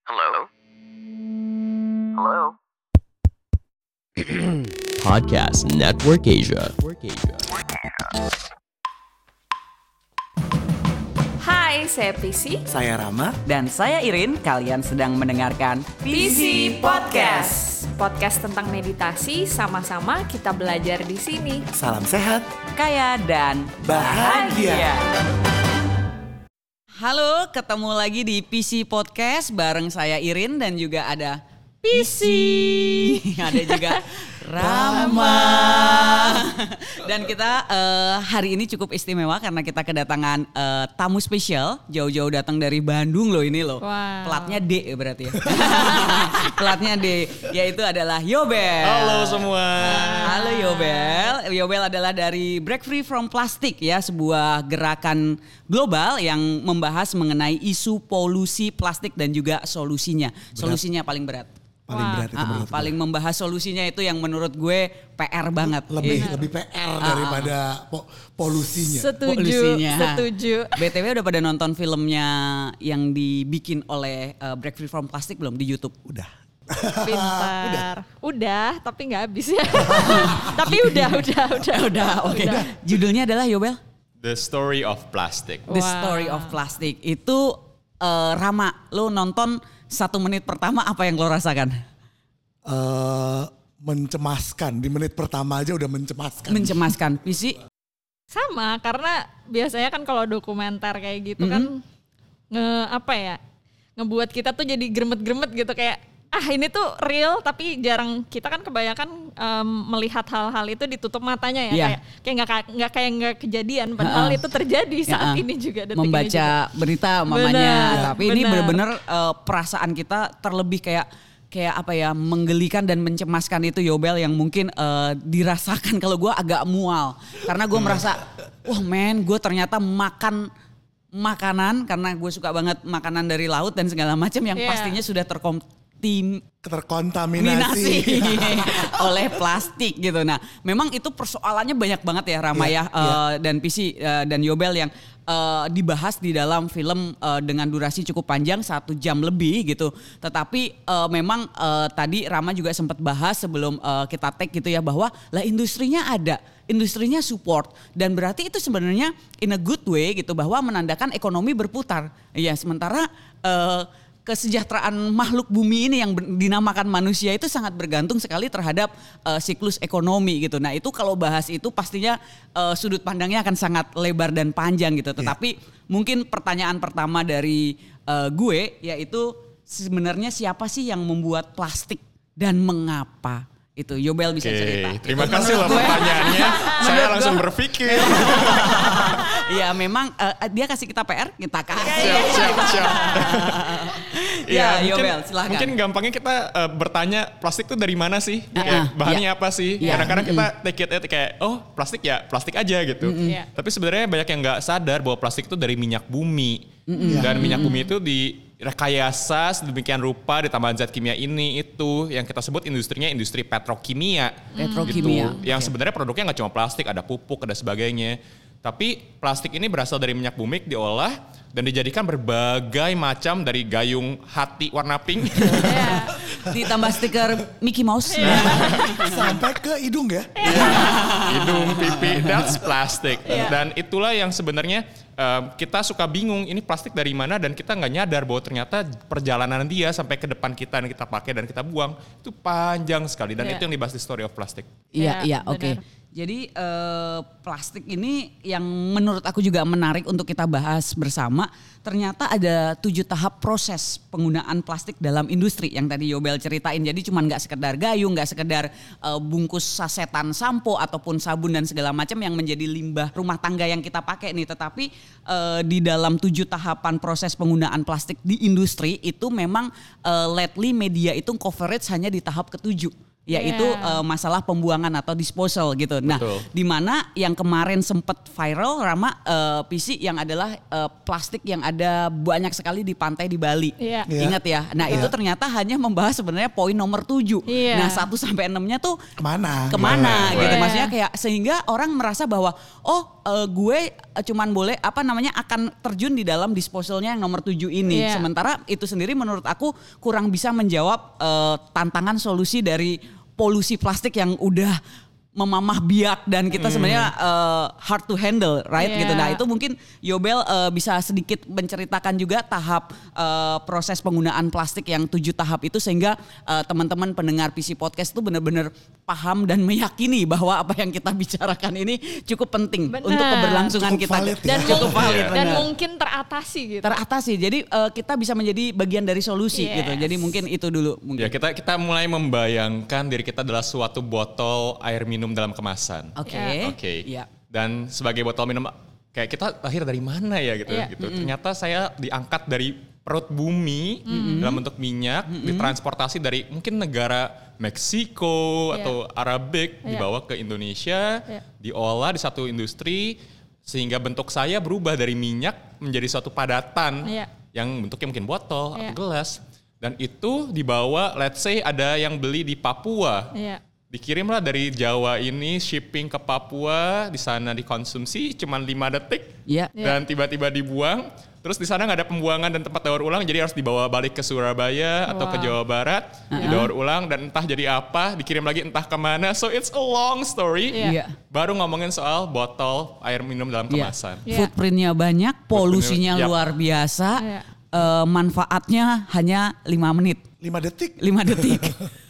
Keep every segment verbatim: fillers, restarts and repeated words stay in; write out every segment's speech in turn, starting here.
Hello? Hello? Podcast Network Asia. Hai, saya Prissy. Saya Rama. Dan saya Irin, kalian sedang mendengarkan P C Podcast. Podcast tentang meditasi, sama-sama kita belajar di sini. Salam sehat. Kaya dan Bahagia. Halo, ketemu lagi di P C Podcast bareng saya Irin dan juga ada P C. Ada juga Rama. Dan kita uh, hari ini cukup istimewa karena kita kedatangan uh, tamu spesial. Jauh-jauh datang dari Bandung loh ini loh. Wow. Platnya D berarti ya. Platnya D, yaitu adalah Yobel. Halo semua. Halo Yobel. Yobel adalah dari Break Free from Plastic ya, sebuah gerakan global yang membahas mengenai isu polusi plastik dan juga solusinya. Berat. Solusinya paling berat. Paling Wah. berat itu Ah, menurut paling gue. membahas solusinya itu yang menurut gue P R banget. lebih Iya. lebih P R daripada po- polusinya. Setuju, Polusinya. setuju. B T W udah pada nonton filmnya yang dibikin oleh uh, Break Free from Plastic belum di YouTube? Udah. Pintar. Udah, tapi nggak habis ya. Tapi udah, udah, udah. Udah, oke. Judulnya adalah Yobel? The Story of Plastic. The Wow. Story of Plastic. Itu uh, Rama, lo nonton satu menit pertama apa yang lo rasakan? Eh, mencemaskan. Di menit pertama aja udah mencemaskan. Mencemaskan. Visi? Sama, karena biasanya kan kalau dokumenter kayak gitu kan nge apa ya, ngebuat kita tuh jadi gremet-gremet gitu kayak ah ini tuh real, tapi jarang kita kan kebanyakan um, melihat hal-hal itu ditutup matanya ya, Iya. kayak kayak nggak nggak kayak nggak kejadian, padahal Ha-ha. itu terjadi saat Ya, ini juga, detik membaca ini juga. berita mamanya. Benar, Tapi ini benar. benar-benar uh, perasaan kita terlebih kayak kayak apa ya, menggelikan dan mencemaskan itu Yobel, yang mungkin uh, dirasakan kalau gue agak mual karena gue merasa wah men, gue ternyata makan makanan karena gue suka banget makanan dari laut dan segala macam yang Iya. pastinya sudah terkontim Terkontaminasi. minasi oleh plastik gitu. Nah, memang itu persoalannya banyak banget ya Rama Iya, ya, uh, dan P C uh, dan Yobel yang uh, dibahas di dalam film uh, dengan durasi cukup panjang satu jam lebih gitu. Tetapi uh, memang uh, tadi Rama juga sempat bahas sebelum uh, kita take gitu ya, bahwa lah industrinya ada, industrinya support, dan berarti itu sebenarnya in a good way gitu, bahwa menandakan ekonomi berputar. Iya, sementara uh, kesejahteraan makhluk bumi ini yang dinamakan manusia itu sangat bergantung sekali terhadap uh, siklus ekonomi gitu. Nah itu kalau bahas itu pastinya uh, sudut pandangnya akan sangat lebar dan panjang gitu. Tetapi mungkin pertanyaan pertama dari uh, gue yaitu sebenarnya siapa sih yang membuat plastik dan mengapa? Itu Yobel bisa Oke, cerita. terima Itu kasih loh menurut gue- pertanyaannya. Saya menurut langsung gue- berpikir. Ya memang uh, dia kasih kita P R, kita kasih. Siap, siap, siap. Ya, mungkin, Yobel, silakan. mungkin gampangnya kita uh, bertanya plastik itu dari mana sih? Uh-uh, Kayak bahannya ya. apa sih? Ya. Kadang-kadang kita take it at kayak oh plastik ya plastik aja gitu. Iya. Tapi sebenarnya banyak yang nggak sadar bahwa plastik itu dari minyak bumi. Dan minyak bumi itu direkayasa sedemikian rupa ditambah zat kimia ini itu yang kita sebut industrinya industri petrokimia. Petrokimia. Gitu. Yang sebenarnya produknya nggak cuma plastik, ada pupuk, ada sebagainya. Tapi plastik ini berasal dari minyak bumi, diolah dan dijadikan berbagai macam, dari gayung hati warna pink. Ditambah stiker Mickey Mouse. Sampai ke hidung ya. Hidung, pipi, that's plastic. Dan itulah yang sebenarnya um, kita suka bingung, ini plastik dari mana, dan kita nggak nyadar bahwa ternyata perjalanan dia sampai ke depan kita dan kita pakai dan kita buang itu panjang sekali, dan Iya. itu yang dibahas di Story of Plastic. Iya, Ya, iya, oke. benar. Jadi eh, plastik ini yang menurut aku juga menarik untuk kita bahas bersama. Ternyata ada tujuh tahap proses penggunaan plastik dalam industri yang tadi Yobel ceritain. Jadi cuman nggak sekedar gayung, nggak sekedar eh, bungkus sasetan sampo ataupun sabun dan segala macam yang menjadi limbah rumah tangga yang kita pakai nih. Tetapi eh, di dalam tujuh tahapan proses penggunaan plastik di industri itu memang eh, lately media itu coverage hanya di tahap ketujuh. yaitu Yeah. uh, masalah pembuangan atau disposal gitu. Nah, Betul. di mana yang kemarin sempat viral Rama uh, P C yang adalah uh, plastik yang ada banyak sekali di pantai di Bali. Iya. Iya. Ingat ya. Nah, Iya. itu ternyata hanya membahas sebenarnya poin nomor tujuh. Iya. Nah, satu sampai enam-nya tuh Kemana? kemana Gimana? gitu. Iya. Maksudnya kayak sehingga orang merasa bahwa oh uh, gue uh, cuman boleh apa namanya akan terjun di dalam disposalnya yang nomor tujuh ini. Iya. Sementara itu sendiri menurut aku kurang bisa menjawab uh, tantangan solusi dari polusi plastik yang udah memamah biak dan kita sebenarnya uh, hard to handle, right? Yeah. Gitu. Nah itu mungkin Yobel uh, bisa sedikit menceritakan juga tahap uh, proses penggunaan plastik yang tujuh tahap itu sehingga uh, teman-teman pendengar P C Podcast itu benar-benar paham dan meyakini bahwa apa yang kita bicarakan ini cukup penting Benar. untuk keberlangsungan Cukup kita. valid ya. Dan cukup mungkin, valid, dan benar. mungkin teratasi gitu. Teratasi. Jadi uh, kita bisa menjadi bagian dari solusi Yes. gitu. Jadi mungkin itu dulu mungkin. Ya kita kita mulai membayangkan diri kita adalah suatu botol air minum dalam kemasan. Oke. Ya. Oke. Iya. Dan sebagai botol minum kayak kita lahir dari mana ya gitu Iya. gitu. Ternyata saya diangkat dari perut bumi dalam bentuk minyak, ditransportasi dari mungkin negara Meksiko Iya. atau Arabik Iya. dibawa ke Indonesia, Iya. diolah di satu industri sehingga bentuk saya berubah dari minyak menjadi suatu padatan Iya. yang bentuknya mungkin botol Iya. atau gelas. Dan itu dibawa, let's say ada yang beli di Papua. Iya. Dikirimlah dari Jawa ini shipping ke Papua, di sana dikonsumsi cuma lima detik Iya. dan tiba-tiba dibuang. Terus di sana nggak ada pembuangan dan tempat daur ulang, jadi harus dibawa balik ke Surabaya atau ke Wow. Jawa Barat, didaur ulang dan entah jadi apa, dikirim lagi entah kemana. So it's a long story. Iya. Iya. Baru ngomongin soal botol air minum dalam Iya. kemasan. Iya. Footprintnya banyak, polusinya Yap. luar biasa, Iya. eh, manfaatnya hanya lima menit, lima detik. lima detik.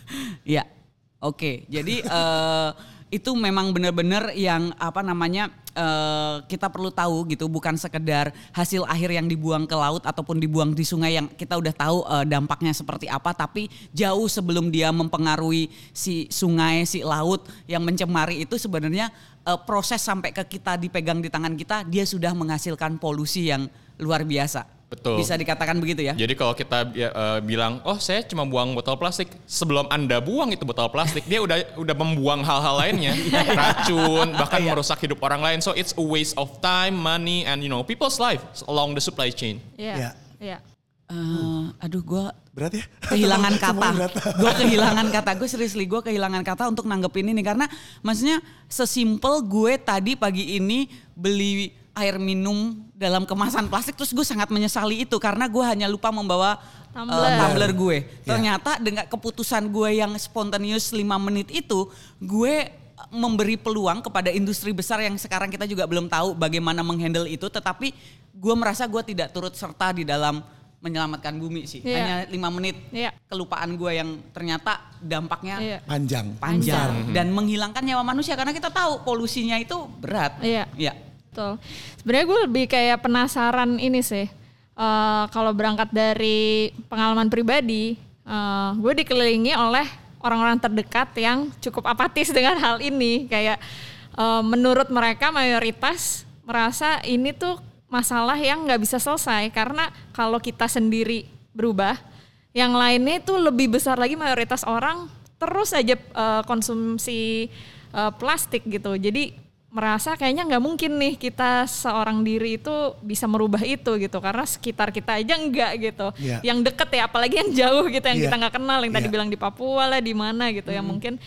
Ya, oke. Jadi eh, itu memang benar-benar yang apa namanya eh, kita perlu tahu gitu, bukan sekedar hasil akhir yang dibuang ke laut ataupun dibuang di sungai yang kita udah tahu eh, dampaknya seperti apa, tapi jauh sebelum dia mempengaruhi si sungai, si laut yang mencemari itu sebenarnya eh, proses sampai ke kita dipegang di tangan kita, dia sudah menghasilkan polusi yang luar biasa. Betul. Bisa dikatakan begitu ya? Jadi kalau kita ya, eh, bilang, oh saya cuma buang botol plastik, sebelum Anda buang itu botol plastik, dia udah udah membuang hal-hal lainnya, racun, bahkan merusak hidup orang lain. So it's a waste of time, money, and you know people's life along the supply chain. Iya. Iya. Iya. Eh, aduh gue Berat ya? kehilangan Semua kata. berat. Gue kehilangan kata. Gue seriously gue kehilangan kata untuk nanggepin ini karena maksudnya sesimpel gue tadi pagi ini beli air minum dalam kemasan plastik terus gue sangat menyesali itu karena gue hanya lupa membawa Tumbler. uh, tumbler gue. Ya. Ternyata dengan keputusan gue yang spontaneous lima menit itu gue memberi peluang kepada industri besar yang sekarang kita juga belum tahu bagaimana menghandle itu, tetapi gue merasa gue tidak turut serta di dalam menyelamatkan bumi sih. Iya. Hanya lima menit Iya. kelupaan gue yang ternyata dampaknya Iya. Panjang. panjang Panjang. dan menghilangkan nyawa manusia karena kita tahu polusinya itu berat. Iya. Iya. Betul. Sebenarnya gue lebih kayak penasaran ini sih. Eh, kalau berangkat dari pengalaman pribadi, eh, gue dikelilingi oleh orang-orang terdekat yang cukup apatis dengan hal ini. Kayak eh, menurut mereka mayoritas merasa ini tuh masalah yang nggak bisa selesai karena kalau kita sendiri berubah, yang lainnya itu lebih besar lagi mayoritas orang terus aja eh, konsumsi eh, plastik gitu. Jadi merasa kayaknya nggak mungkin nih kita seorang diri itu bisa merubah itu gitu karena sekitar kita aja enggak gitu. Iya. Yang deket ya, apalagi yang jauh gitu yang Iya. kita nggak kenal, yang tadi Iya. bilang di Papua lah di mana gitu yang mungkin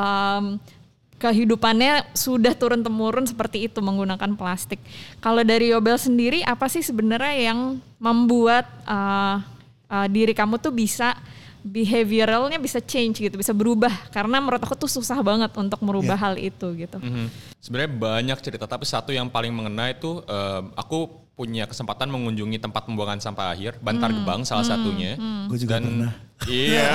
um, kehidupannya sudah turun temurun seperti itu menggunakan plastik. Kalau dari Yobel sendiri apa sih sebenarnya yang membuat uh, uh, diri kamu tuh bisa behavioralnya bisa change gitu, bisa berubah karena menurut aku tuh susah banget untuk merubah Yeah. hal itu gitu. Mhm. Sebenarnya banyak cerita, tapi satu yang paling mengena itu eh, aku punya kesempatan mengunjungi tempat pembuangan sampah akhir, Bantar Gebang salah satunya. Gue juga Dan pernah. iya,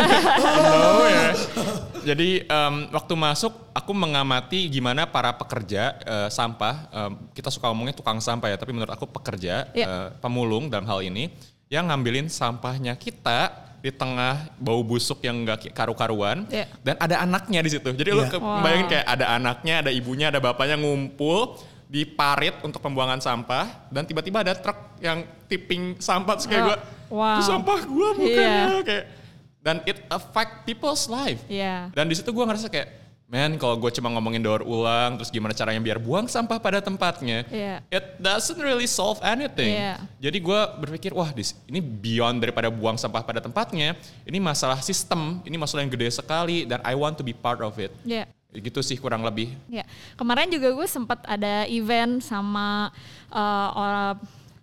no, ya. Jadi em, waktu masuk aku mengamati gimana para pekerja eh, sampah, em, kita suka ngomongnya tukang sampah ya, tapi menurut aku pekerja, Iya. eh, pemulung dalam hal ini, yang ngambilin sampahnya kita di tengah bau busuk yang nggak karu-karuan, Iya. dan ada anaknya di situ. Jadi lo Iya. ke- Wow. bayangin kayak ada anaknya, ada ibunya, ada bapaknya ngumpul di parit untuk pembuangan sampah, dan tiba-tiba ada truk yang tipping sampah terus kayak Oh, gue, wow. itu sampah gue bukan Iya. ya?" kayak dan it affect people's life. Iya. Dan di situ gue ngerasa kayak, man, kalau gue cuma ngomongin daur ulang, terus gimana caranya biar buang sampah pada tempatnya, yeah. it doesn't really solve anything. Yeah. Jadi gue berpikir, wah ini beyond daripada buang sampah pada tempatnya, ini masalah sistem, ini masalah yang gede sekali, dan I want to be part of it. Yeah. Gitu sih kurang lebih. Ya, kemarin juga gue sempat ada event sama uh, orang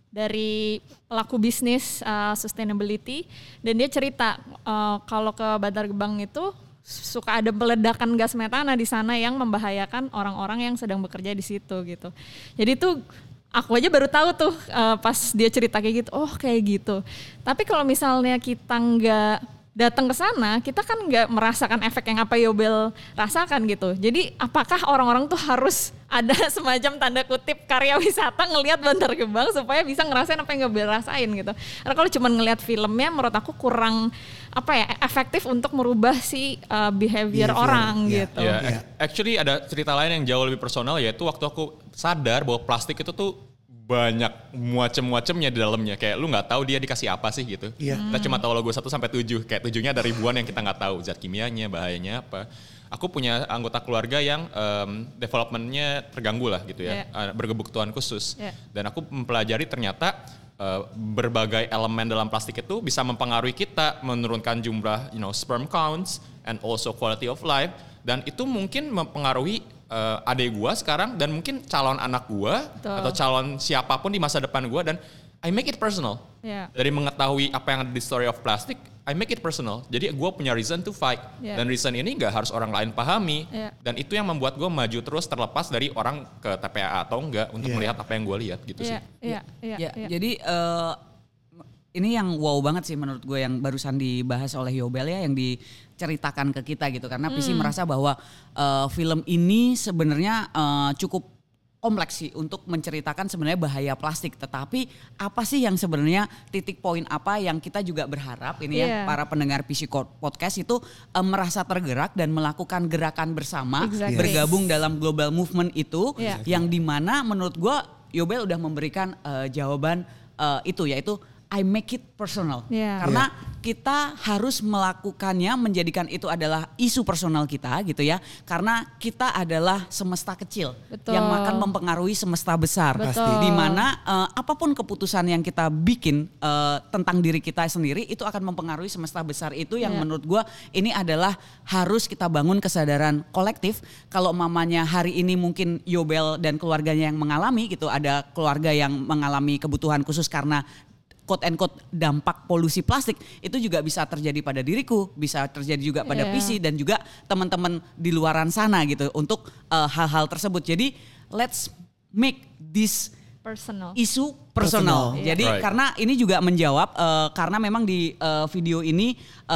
dari pelaku bisnis uh, sustainability, dan dia cerita uh, kalau ke Bantar Gebang itu suka ada peledakan gas metana di sana yang membahayakan orang-orang yang sedang bekerja di situ gitu. Jadi tuh aku aja baru tahu tuh uh, pas dia cerita kayak gitu, oh kayak gitu. Tapi kalau misalnya kita nggak datang ke sana, kita kan nggak merasakan efek yang apa Yobel rasakan gitu. Jadi apakah orang-orang tuh harus ada semacam tanda kutip karya wisata ngelihat Bantar Gebang supaya bisa ngerasain apa yang Yobel rasain gitu. Karena kalau cuma ngelihat filmnya menurut aku kurang apa ya efektif untuk merubah si uh, behavior, behavior orang yeah. gitu. Yeah. Yeah. Actually ada cerita lain yang jauh lebih personal, yaitu waktu aku sadar bahwa plastik itu tuh banyak muacem-muacemnya di dalamnya, kayak lu nggak tahu dia dikasih apa sih gitu. Yeah. Kita cuma tahu logo satu sampai tujuh, kayak tujuhnya ada ribuan yang kita nggak tahu zat kimianya, bahayanya apa. Aku punya anggota keluarga yang um, developmentnya terganggu lah gitu ya, yeah. uh, berkebutuhan khusus. Yeah. Dan aku mempelajari ternyata uh, berbagai elemen dalam plastik itu bisa mempengaruhi kita, menurunkan jumlah you know sperm counts and also quality of life, dan itu mungkin mempengaruhi Uh, adik gue sekarang dan mungkin calon anak gue atau calon siapapun di masa depan gue, dan I make it personal. Yeah. Dari mengetahui apa yang ada di story of plastic, I make it personal. Jadi gue punya reason to fight. Yeah. Dan reason ini gak harus orang lain pahami. Yeah. Dan itu yang membuat gue maju terus terlepas dari orang ke T P A atau enggak untuk yeah. melihat apa yang gue lihat gitu yeah. sih. Yeah. Yeah. Yeah. Yeah. Jadi uh, ini yang wow banget sih menurut gue yang barusan dibahas oleh Yobel ya, yang diceritakan ke kita gitu, karena P C hmm. merasa bahwa uh, film ini sebenarnya uh, cukup kompleks sih untuk menceritakan sebenarnya bahaya plastik, tetapi apa sih yang sebenarnya titik poin apa yang kita juga berharap ini yeah. ya para pendengar P C Podcast itu uh, merasa tergerak dan melakukan gerakan bersama, exactly. bergabung dalam global movement itu yeah. yang dimana menurut gue Yobel udah memberikan uh, jawaban uh, itu, yaitu I make it personal. Yeah. Karena yeah. kita harus melakukannya, menjadikan itu adalah isu personal kita gitu ya. Karena kita adalah semesta kecil. Betul. Yang akan mempengaruhi semesta besar. Betul. Di mana uh, apapun keputusan yang kita bikin uh, tentang diri kita sendiri itu akan mempengaruhi semesta besar itu, yang yeah. menurut gue ini adalah harus kita bangun kesadaran kolektif. Kalau mamanya hari ini mungkin Yobel dan keluarganya yang mengalami gitu, ada keluarga yang mengalami kebutuhan khusus karena quote and quote dampak polusi plastik, itu juga bisa terjadi pada diriku, bisa terjadi juga pada yeah. P C dan juga teman-teman di luaran sana gitu untuk uh, hal-hal tersebut. Jadi let's make this personal isu personal. personal. Jadi right. karena ini juga menjawab uh, karena memang di uh, video ini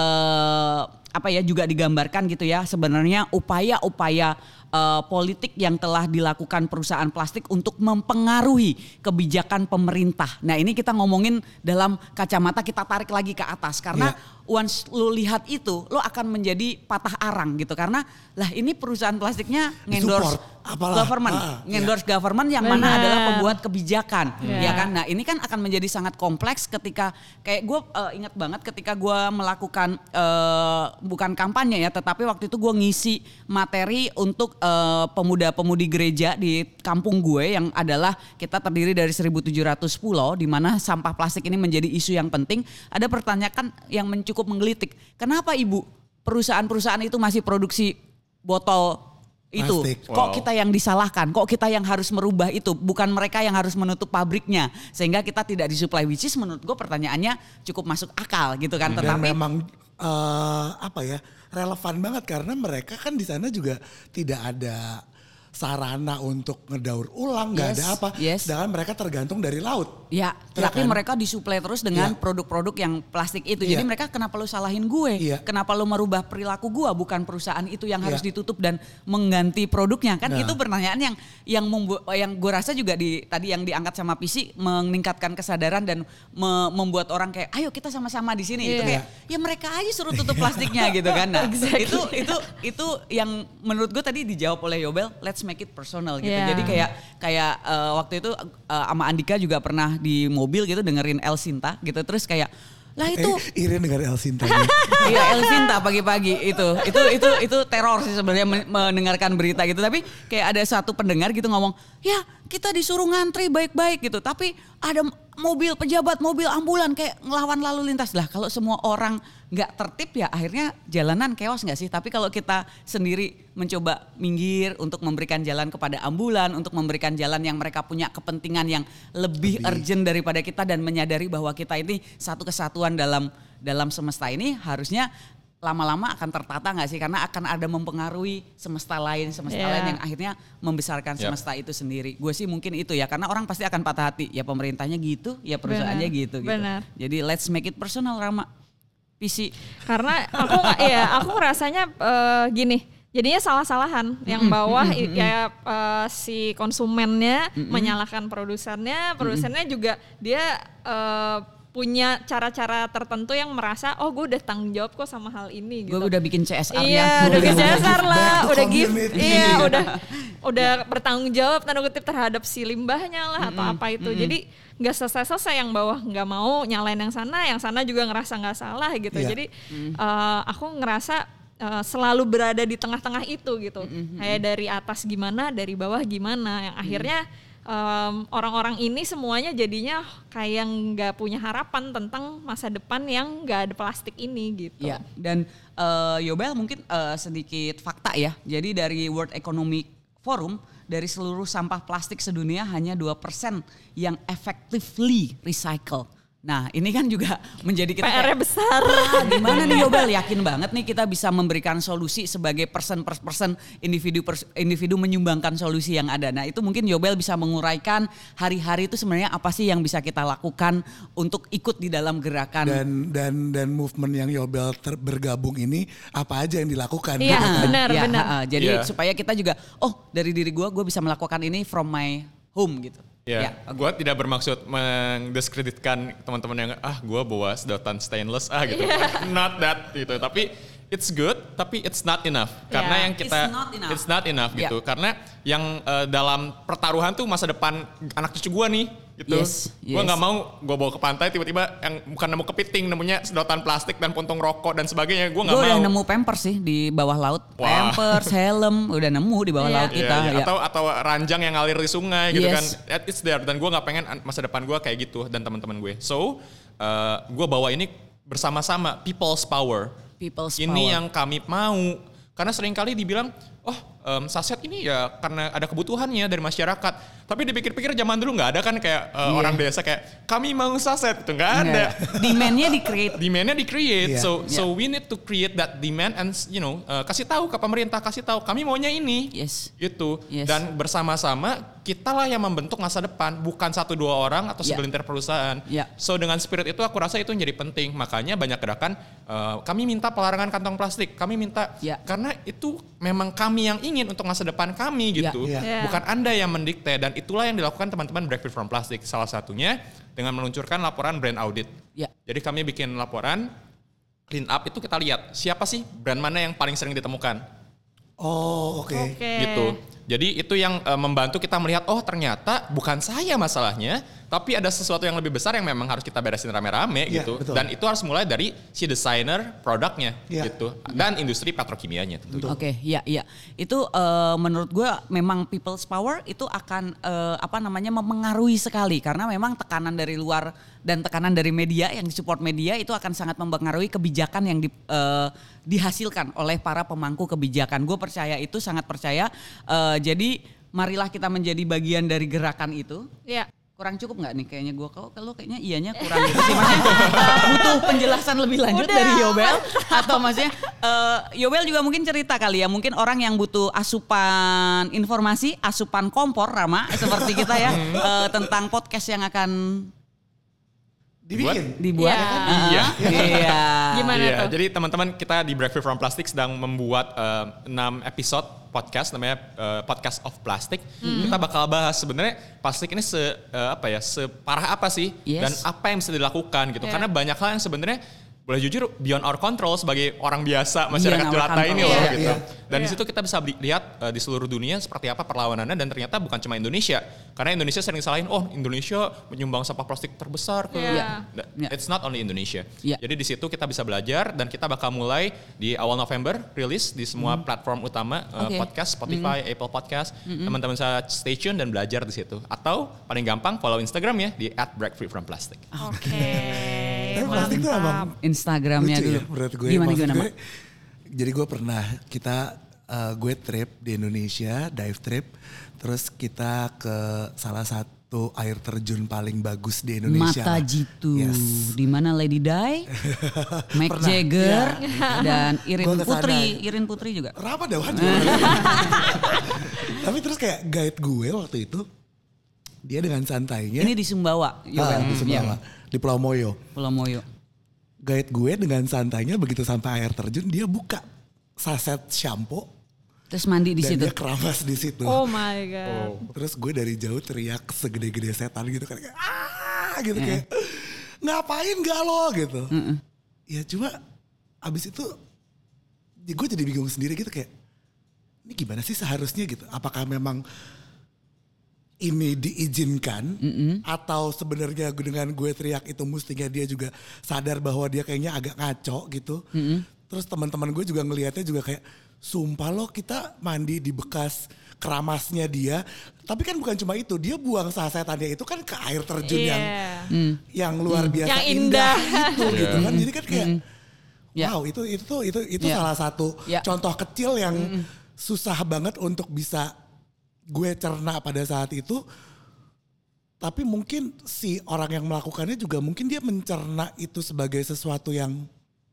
uh, apa ya juga digambarkan gitu ya sebenarnya upaya-upaya uh, politik yang telah dilakukan perusahaan plastik untuk mempengaruhi kebijakan pemerintah. Nah ini kita ngomongin dalam kacamata, kita tarik lagi ke atas karena yeah. once lo lihat itu lo akan menjadi patah arang gitu, karena lah ini perusahaan plastiknya ngendorse government, ah, ngendorse yeah. government yang Bener. mana adalah pembuat kebijakan, yeah. ya kan. Nah ini kan akan menjadi sangat kompleks ketika kayak gue uh, ingat banget ketika gue melakukan uh, bukan kampanye ya, tetapi waktu itu gue ngisi materi untuk uh, pemuda-pemudi gereja di kampung gue yang adalah kita terdiri dari seribu tujuh ratus pulau di mana sampah plastik ini menjadi isu yang penting. Ada pertanyaan yang cukup menggelitik, kenapa ibu perusahaan-perusahaan itu masih produksi botol itu, plastik. Kok Wow. kita yang disalahkan, kok kita yang harus merubah itu, bukan mereka yang harus menutup pabriknya sehingga kita tidak disuplai, which is menurut gue pertanyaannya cukup masuk akal gitu kan. Dan Tetapi memang uh, apa ya relevan banget karena mereka kan di sana juga tidak ada sarana untuk ngedaur ulang, nggak Yes, ada apa. yes. Sedangkan mereka tergantung dari laut. ya, Ya tapi kan? mereka disuplai terus dengan Iya. produk-produk yang plastik itu. Iya. Jadi mereka kenapa lu salahin gue? Iya. Kenapa lu merubah perilaku gue? Bukan perusahaan itu yang harus Iya. ditutup dan mengganti produknya. Kan Nah. itu pertanyaan yang yang membu- yang gue rasa juga di tadi yang diangkat sama P C meningkatkan kesadaran dan me- membuat orang kayak ayo kita sama-sama di sini. Itu Iya. kayak ya mereka aja suruh tutup plastiknya gitu kan. Nah, Exactly. itu itu itu yang menurut gue tadi dijawab oleh Yobel, let's make it personal gitu. Yeah. Jadi kayak kayak uh, waktu itu uh, sama Andika juga pernah di mobil gitu dengerin El Sinta gitu, terus kayak Lah itu eh, Irin dengar El Sinta. iya El Sinta pagi-pagi itu. Itu itu itu teror sih sebenarnya mendengarkan berita gitu. Tapi kayak ada satu pendengar gitu ngomong, "Ya, kita disuruh ngantri baik-baik gitu, tapi ada mobil pejabat, mobil ambulan kayak ngelawan lalu lintas." Lah kalau semua orang nggak tertib ya akhirnya jalanan chaos nggak sih? Tapi kalau kita sendiri mencoba minggir untuk memberikan jalan kepada ambulan, untuk memberikan jalan yang mereka punya kepentingan yang lebih, lebih urgent daripada kita dan menyadari bahwa kita ini satu kesatuan dalam dalam semesta ini, harusnya lama-lama akan tertata nggak sih? Karena akan ada mempengaruhi semesta lain, semesta yeah. lain yang akhirnya membesarkan yep. semesta itu sendiri. Gue sih mungkin itu ya, karena orang pasti akan patah hati. Ya pemerintahnya gitu, ya perusahaannya benar, gitu. Benar. Gitu. Jadi let's make it personal, Rama. P C. Karena aku ya aku rasanya uh, gini, jadinya salah-salahan. Yang bawah mm-hmm. ya uh, si konsumennya mm-hmm. menyalahkan produsennya, produsennya mm-hmm. juga dia uh, punya cara-cara tertentu yang merasa oh gue udah tanggung jawab kok sama hal ini gitu. Gue udah bikin C S R-nya. Iya, udah bikin C S R lah, udah give, iya, udah udah bertanggung jawab tanda kutip terhadap si limbahnya lah mm-hmm. atau apa itu. Mm-hmm. Jadi nggak selesai-selesai, yang bawah nggak mau nyalain yang sana, yang sana juga ngerasa nggak salah gitu. Yeah. Jadi mm-hmm. uh, aku ngerasa uh, selalu berada di tengah-tengah itu gitu. Mm-hmm. Kayak dari atas gimana, dari bawah gimana, yang akhirnya mm-hmm. Um, orang-orang ini semuanya jadinya kayak nggak punya harapan tentang masa depan yang nggak ada plastik ini gitu. Ya, dan uh, Yobel mungkin uh, sedikit fakta ya. Jadi dari World Economic Forum, dari seluruh sampah plastik sedunia hanya dua persen yang effectively recycle. Nah ini kan juga menjadi kita P R-nya besar. Ah, gimana nih Yobel, yakin banget nih kita bisa memberikan solusi sebagai person per person, individu per, individu menyumbangkan solusi yang ada. Nah itu mungkin Yobel bisa menguraikan hari-hari itu sebenarnya apa sih yang bisa kita lakukan untuk ikut di dalam gerakan. Dan dan dan movement yang Yobel ter, bergabung ini apa aja yang dilakukan. Iya gitu. benar ya, benar. Uh, uh, jadi yeah. supaya kita juga oh dari diri gue, gue bisa melakukan ini from my home gitu. Ya, ya okay. Gue tidak bermaksud mendiskreditkan teman-teman yang ah gue bawa sedotan stainless ah gitu, yeah. Not that gitu. Tapi it's good, tapi it's not enough. Yeah. Karena yang kita it's not enough, it's not enough yeah. gitu. Karena yang uh, dalam pertaruhan tuh masa depan anak cucu gue nih. Gitu. Yes, yes. Gue nggak mau gue bawa ke pantai tiba-tiba yang bukan nemu kepiting, nemunya sedotan plastik dan puntung rokok dan sebagainya. Gue nggak mau. Gue udah nemu pampers sih di bawah laut. Wow. Pampers, helm, udah nemu di bawah yeah. laut kita. Yeah, yeah. Ya. Atau atau ranjang yang ngalir di sungai gitu yes. kan. It's there. Dan gue nggak pengen masa depan gue kayak gitu dan teman-teman gue. So uh, gue bawa ini bersama-sama, people's power. People's ini power. yang kami mau. Karena seringkali dibilang, oh um, saset ini ya karena ada kebutuhannya dari masyarakat. Tapi dipikir-pikir zaman dulu nggak ada kan kayak uh, yeah. orang desa kayak kami mau saset, itu nggak ada. Demand-nya di-create. Demand-nya di-create. Yeah. So yeah. so we need to create that demand and you know uh, kasih tahu ke pemerintah, kasih tahu kami maunya ini. Yes. Gitu. Yes. Dan bersama-sama kitalah yang membentuk masa depan, bukan satu dua orang atau yeah. segelintir perusahaan. Yeah. So dengan spirit itu aku rasa itu menjadi penting. Makanya banyak gerakan uh, kami minta pelarangan kantong plastik. Kami minta yeah. karena itu memang kami yang ingin untuk masa depan kami gitu. Yeah. Yeah. Bukan Anda yang mendikte, dan itulah yang dilakukan teman-teman Break Free from Plastic. Salah satunya dengan meluncurkan laporan brand audit. Yeah. Jadi kami bikin laporan clean up, itu kita lihat siapa sih brand mana yang paling sering ditemukan. Oh oke. Okay. Okay. Gitu. Jadi itu yang uh, membantu kita melihat oh ternyata bukan saya masalahnya, tapi ada sesuatu yang lebih besar yang memang harus kita beresin rame-rame yeah, gitu. betul. Dan itu harus mulai dari si desainer produknya yeah. gitu. Dan industri petrokimianya tentu. Oke, okay, iya iya. Itu uh, menurut gue memang people's power itu akan uh, apa namanya memengaruhi sekali karena memang tekanan dari luar dan tekanan dari media yang disupport media itu akan sangat mempengaruhi kebijakan yang di, uh, dihasilkan oleh para pemangku kebijakan. Gue percaya itu, sangat percaya. Uh, jadi marilah kita menjadi bagian dari gerakan itu. Iya. Kurang cukup nggak nih kayaknya gue, kalau kalau kayaknya iyanya kurang gitu sih, maksudnya uh, butuh penjelasan lebih lanjut Udah. dari Yobel atau maksudnya uh, Yobel juga mungkin cerita kali ya, mungkin orang yang butuh asupan informasi, asupan kompor Rama seperti kita ya uh, tentang podcast yang akan Dibikin. dibuat. Ya. Uh, Iya. Iya. Gimana Iya, tuh? jadi teman-teman kita di Break Free from Plastic sedang membuat uh, enam episode podcast namanya uh, Podcast of Plastic. Mm-hmm. Kita bakal bahas sebenarnya plastik ini se uh, apa ya, separah apa sih Yes. dan apa yang bisa dilakukan gitu. Yeah. Karena banyak hal yang sebenarnya boleh jujur beyond our control sebagai orang biasa masyarakat Beyond our jelata ini control. loh Iya, gitu. iya. Dan di Iya. situ kita bisa beli- lihat uh, di seluruh dunia seperti apa perlawanannya dan ternyata bukan cuma Indonesia. Karena Indonesia sering salahin, oh Indonesia menyumbang sampah plastik terbesar ke. Iya. Nah, Iya. It's not only Indonesia. Iya. Jadi di situ kita bisa belajar dan kita bakal mulai di awal November rilis di semua platform utama uh, Oke. podcast, Spotify, Apple Podcast. Teman-teman bisa stay tune dan belajar di situ. Atau paling gampang follow Instagram ya di at break free from plastic. Oke. Tapi plastik tuh emang Instagramnya lucu dulu. ya menurut gue. Gimana Maksud gimana, gue, Mak? jadi gue pernah kita uh, gue trip di Indonesia, dive trip, terus kita ke salah satu air terjun paling bagus di Indonesia. Mata lah. Jitu, Yes. di mana Lady Di, Mick Pernah, Jagger, iya. dan Irin Gua kesana. Putri, Irin Putri juga. Rapa dah waduh. Tapi terus kayak guide gue waktu itu, dia dengan santainya. Ini di Sumbawa, ah, Yobel. di Sumbawa, di Pulau Moyo. Pulau Moyo. Guide gue dengan santainya begitu sampai air terjun dia buka saset shampoo Terus mandi di dan situ. dia keramas di situ. Oh my god. Terus gue dari jauh teriak segede-gede setan gitu kan kayak ah gitu kayak ngapain gak lo gitu. Ya cuma abis itu ya gue jadi bingung sendiri gitu kayak ini gimana sih seharusnya gitu. Apakah memang ini diizinkan atau sebenarnya gue- dengan gue teriak itu mestinya dia juga sadar bahwa dia kayaknya agak ngaco gitu. Terus teman-teman gue juga ngelihatnya juga kayak sumpah lo kita mandi di bekas keramasnya dia. Tapi kan bukan cuma itu, dia buang sasetannya itu kan ke air terjun Iya. yang yang luar biasa Yang indah, indah. itu gitu kan. Jadi kan kayak Ya. wow itu itu tuh itu itu Ya. salah satu Ya. contoh kecil yang susah banget untuk bisa gue cerna pada saat itu. Tapi mungkin si orang yang melakukannya juga mungkin dia mencerna itu sebagai sesuatu yang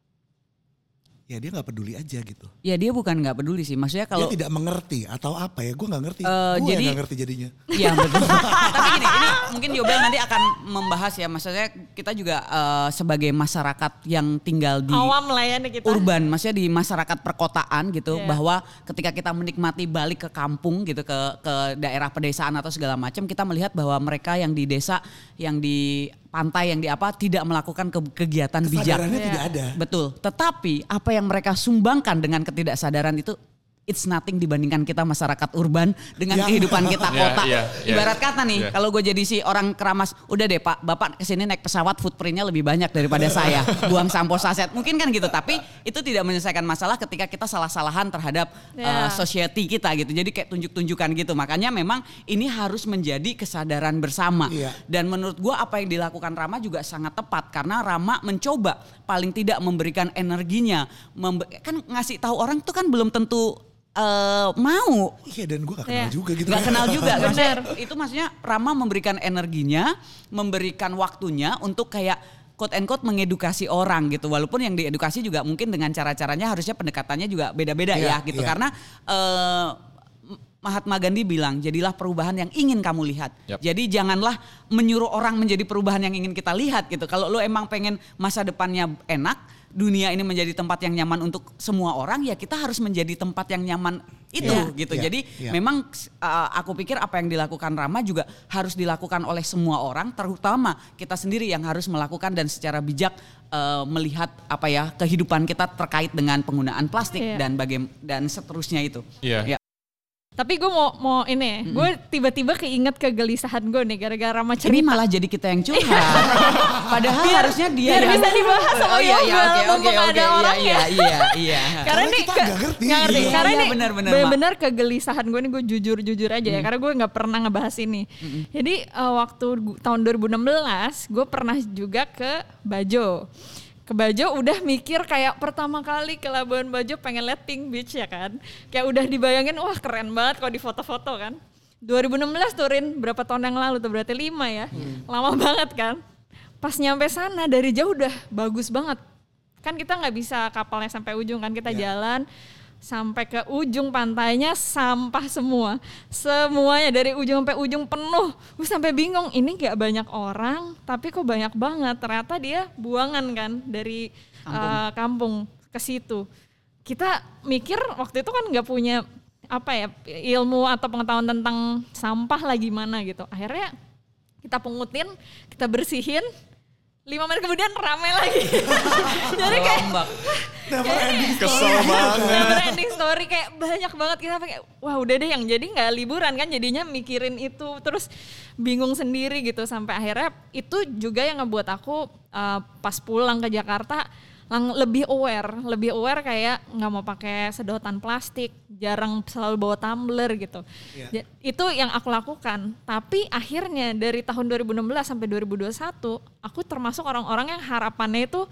ya dia nggak peduli aja gitu. Ya dia bukan nggak peduli sih. Maksudnya kalau Dia tidak mengerti atau apa ya? Gue nggak ngerti. Eh, gue jadi- nggak ngerti jadinya. Iya betul. Tapi gini, ini mungkin Yobel nanti akan membahas ya. Maksudnya kita juga eh, sebagai masyarakat yang tinggal di Awam lah ya nih kita. urban, maksudnya di masyarakat perkotaan gitu, Iya. bahwa ketika kita menikmati balik ke kampung gitu, ke ke daerah pedesaan atau segala macam, kita melihat bahwa mereka yang di desa, yang di pantai, yang di apa tidak melakukan ke- kegiatan bijak. Kesadarannya Iya. tidak ada. Betul. Tetapi apa yang mereka sumbangkan dengan ketidaksadaran itu it's nothing dibandingkan kita masyarakat urban dengan Yang- kehidupan kita Iya, kota. iya, iya. Ibarat kata nih, Iya. kalau gue jadi si orang keramas, udah deh Pak, Bapak kesini naik pesawat footprintnya lebih banyak daripada saya. Buang sampo saset, mungkin kan gitu. Tapi itu tidak menyelesaikan masalah ketika kita salah-salahan terhadap Iya. uh, society kita gitu. Jadi kayak tunjuk-tunjukkan gitu. Makanya memang ini harus menjadi kesadaran bersama. Iya. Dan menurut gue apa yang dilakukan Rama juga sangat tepat. Karena Rama mencoba paling tidak memberikan energinya. Membe- kan ngasih tahu orang tuh kan belum tentu eh, mau. Iya dan gue gak kenal Iya. juga gitu. Gak kenal juga. Bener. Maksudnya, itu maksudnya Rama memberikan energinya, memberikan waktunya untuk kayak quote and quote mengedukasi orang gitu. Walaupun yang diedukasi juga mungkin dengan cara-caranya harusnya pendekatannya juga beda-beda Iya, ya gitu. iya. Karena eh, Mahatma Gandhi bilang, jadilah perubahan yang ingin kamu lihat. Yap. Jadi janganlah menyuruh orang menjadi perubahan yang ingin kita lihat gitu. Kalau lo emang pengen masa depannya enak, dunia ini menjadi tempat yang nyaman untuk semua orang, ya kita harus menjadi tempat yang nyaman itu Iya. gitu. Iya, Jadi iya. memang uh, aku pikir apa yang dilakukan Rama juga harus dilakukan oleh semua orang, terutama kita sendiri yang harus melakukan dan secara bijak uh, melihat apa ya kehidupan kita terkait dengan penggunaan plastik Iya. dan bagaimana dan seterusnya itu. Iya. Ya. Tapi gue mau mau ini, gue tiba-tiba keinget kegelisahan gue nih gara-gara Rama Ini cerita. malah jadi kita yang curhat. Padahal harusnya dia biar yang bisa dibahas sama Oh iya iya Yobel, oke mumpung oke ada oke orang iya ya. iya iya. Karena Karena nih kita ke- nggak ngerti. nggak ngerti. Iya, Karena iya, ini benar-benar, benar-benar kegelisahan gue nih, gue jujur-jujur aja ya, karena gue nggak pernah ngebahas ini. Jadi eh, waktu gu- tahun dua ribu enam belas gue pernah juga ke Bajo. Ke Bajo udah mikir kayak pertama kali ke Labuan Bajo pengen liat Pink Beach ya kan. Kayak udah dibayangin wah keren banget kalau di foto-foto kan. dua ribu enam belas turin berapa tahun yang lalu tuh, berarti lima ya. Lama banget kan. Pas nyampe sana dari jauh udah bagus banget. Kan kita nggak bisa kapalnya sampai ujung kan, kita Ya. jalan sampai ke ujung pantainya sampah semua. Semuanya dari ujung sampai ujung penuh. Gue sampai bingung, ini gak banyak orang tapi kok banyak banget. Ternyata dia buangan kan dari Kampung. eh, kampung ke situ. Kita mikir waktu itu kan gak punya apa ya ilmu atau pengetahuan tentang sampah lah gimana gitu. Akhirnya kita pungutin, kita bersihin, lima menit kemudian rame lagi. Jadi kayak Never ending story. Kesel banget. never ending story kayak banyak banget kita kayak wah udah deh yang jadi nggak liburan kan jadinya mikirin itu terus bingung sendiri gitu sampai akhirnya itu juga yang ngebuat aku uh, pas pulang ke Jakarta lang- lebih aware, lebih aware kayak nggak mau pakai sedotan plastik, jarang selalu bawa tumbler gitu. Iya. Ja- Itu yang aku lakukan. Tapi akhirnya dari tahun dua ribu enam belas sampai dua ribu dua puluh satu aku termasuk orang-orang yang harapannya itu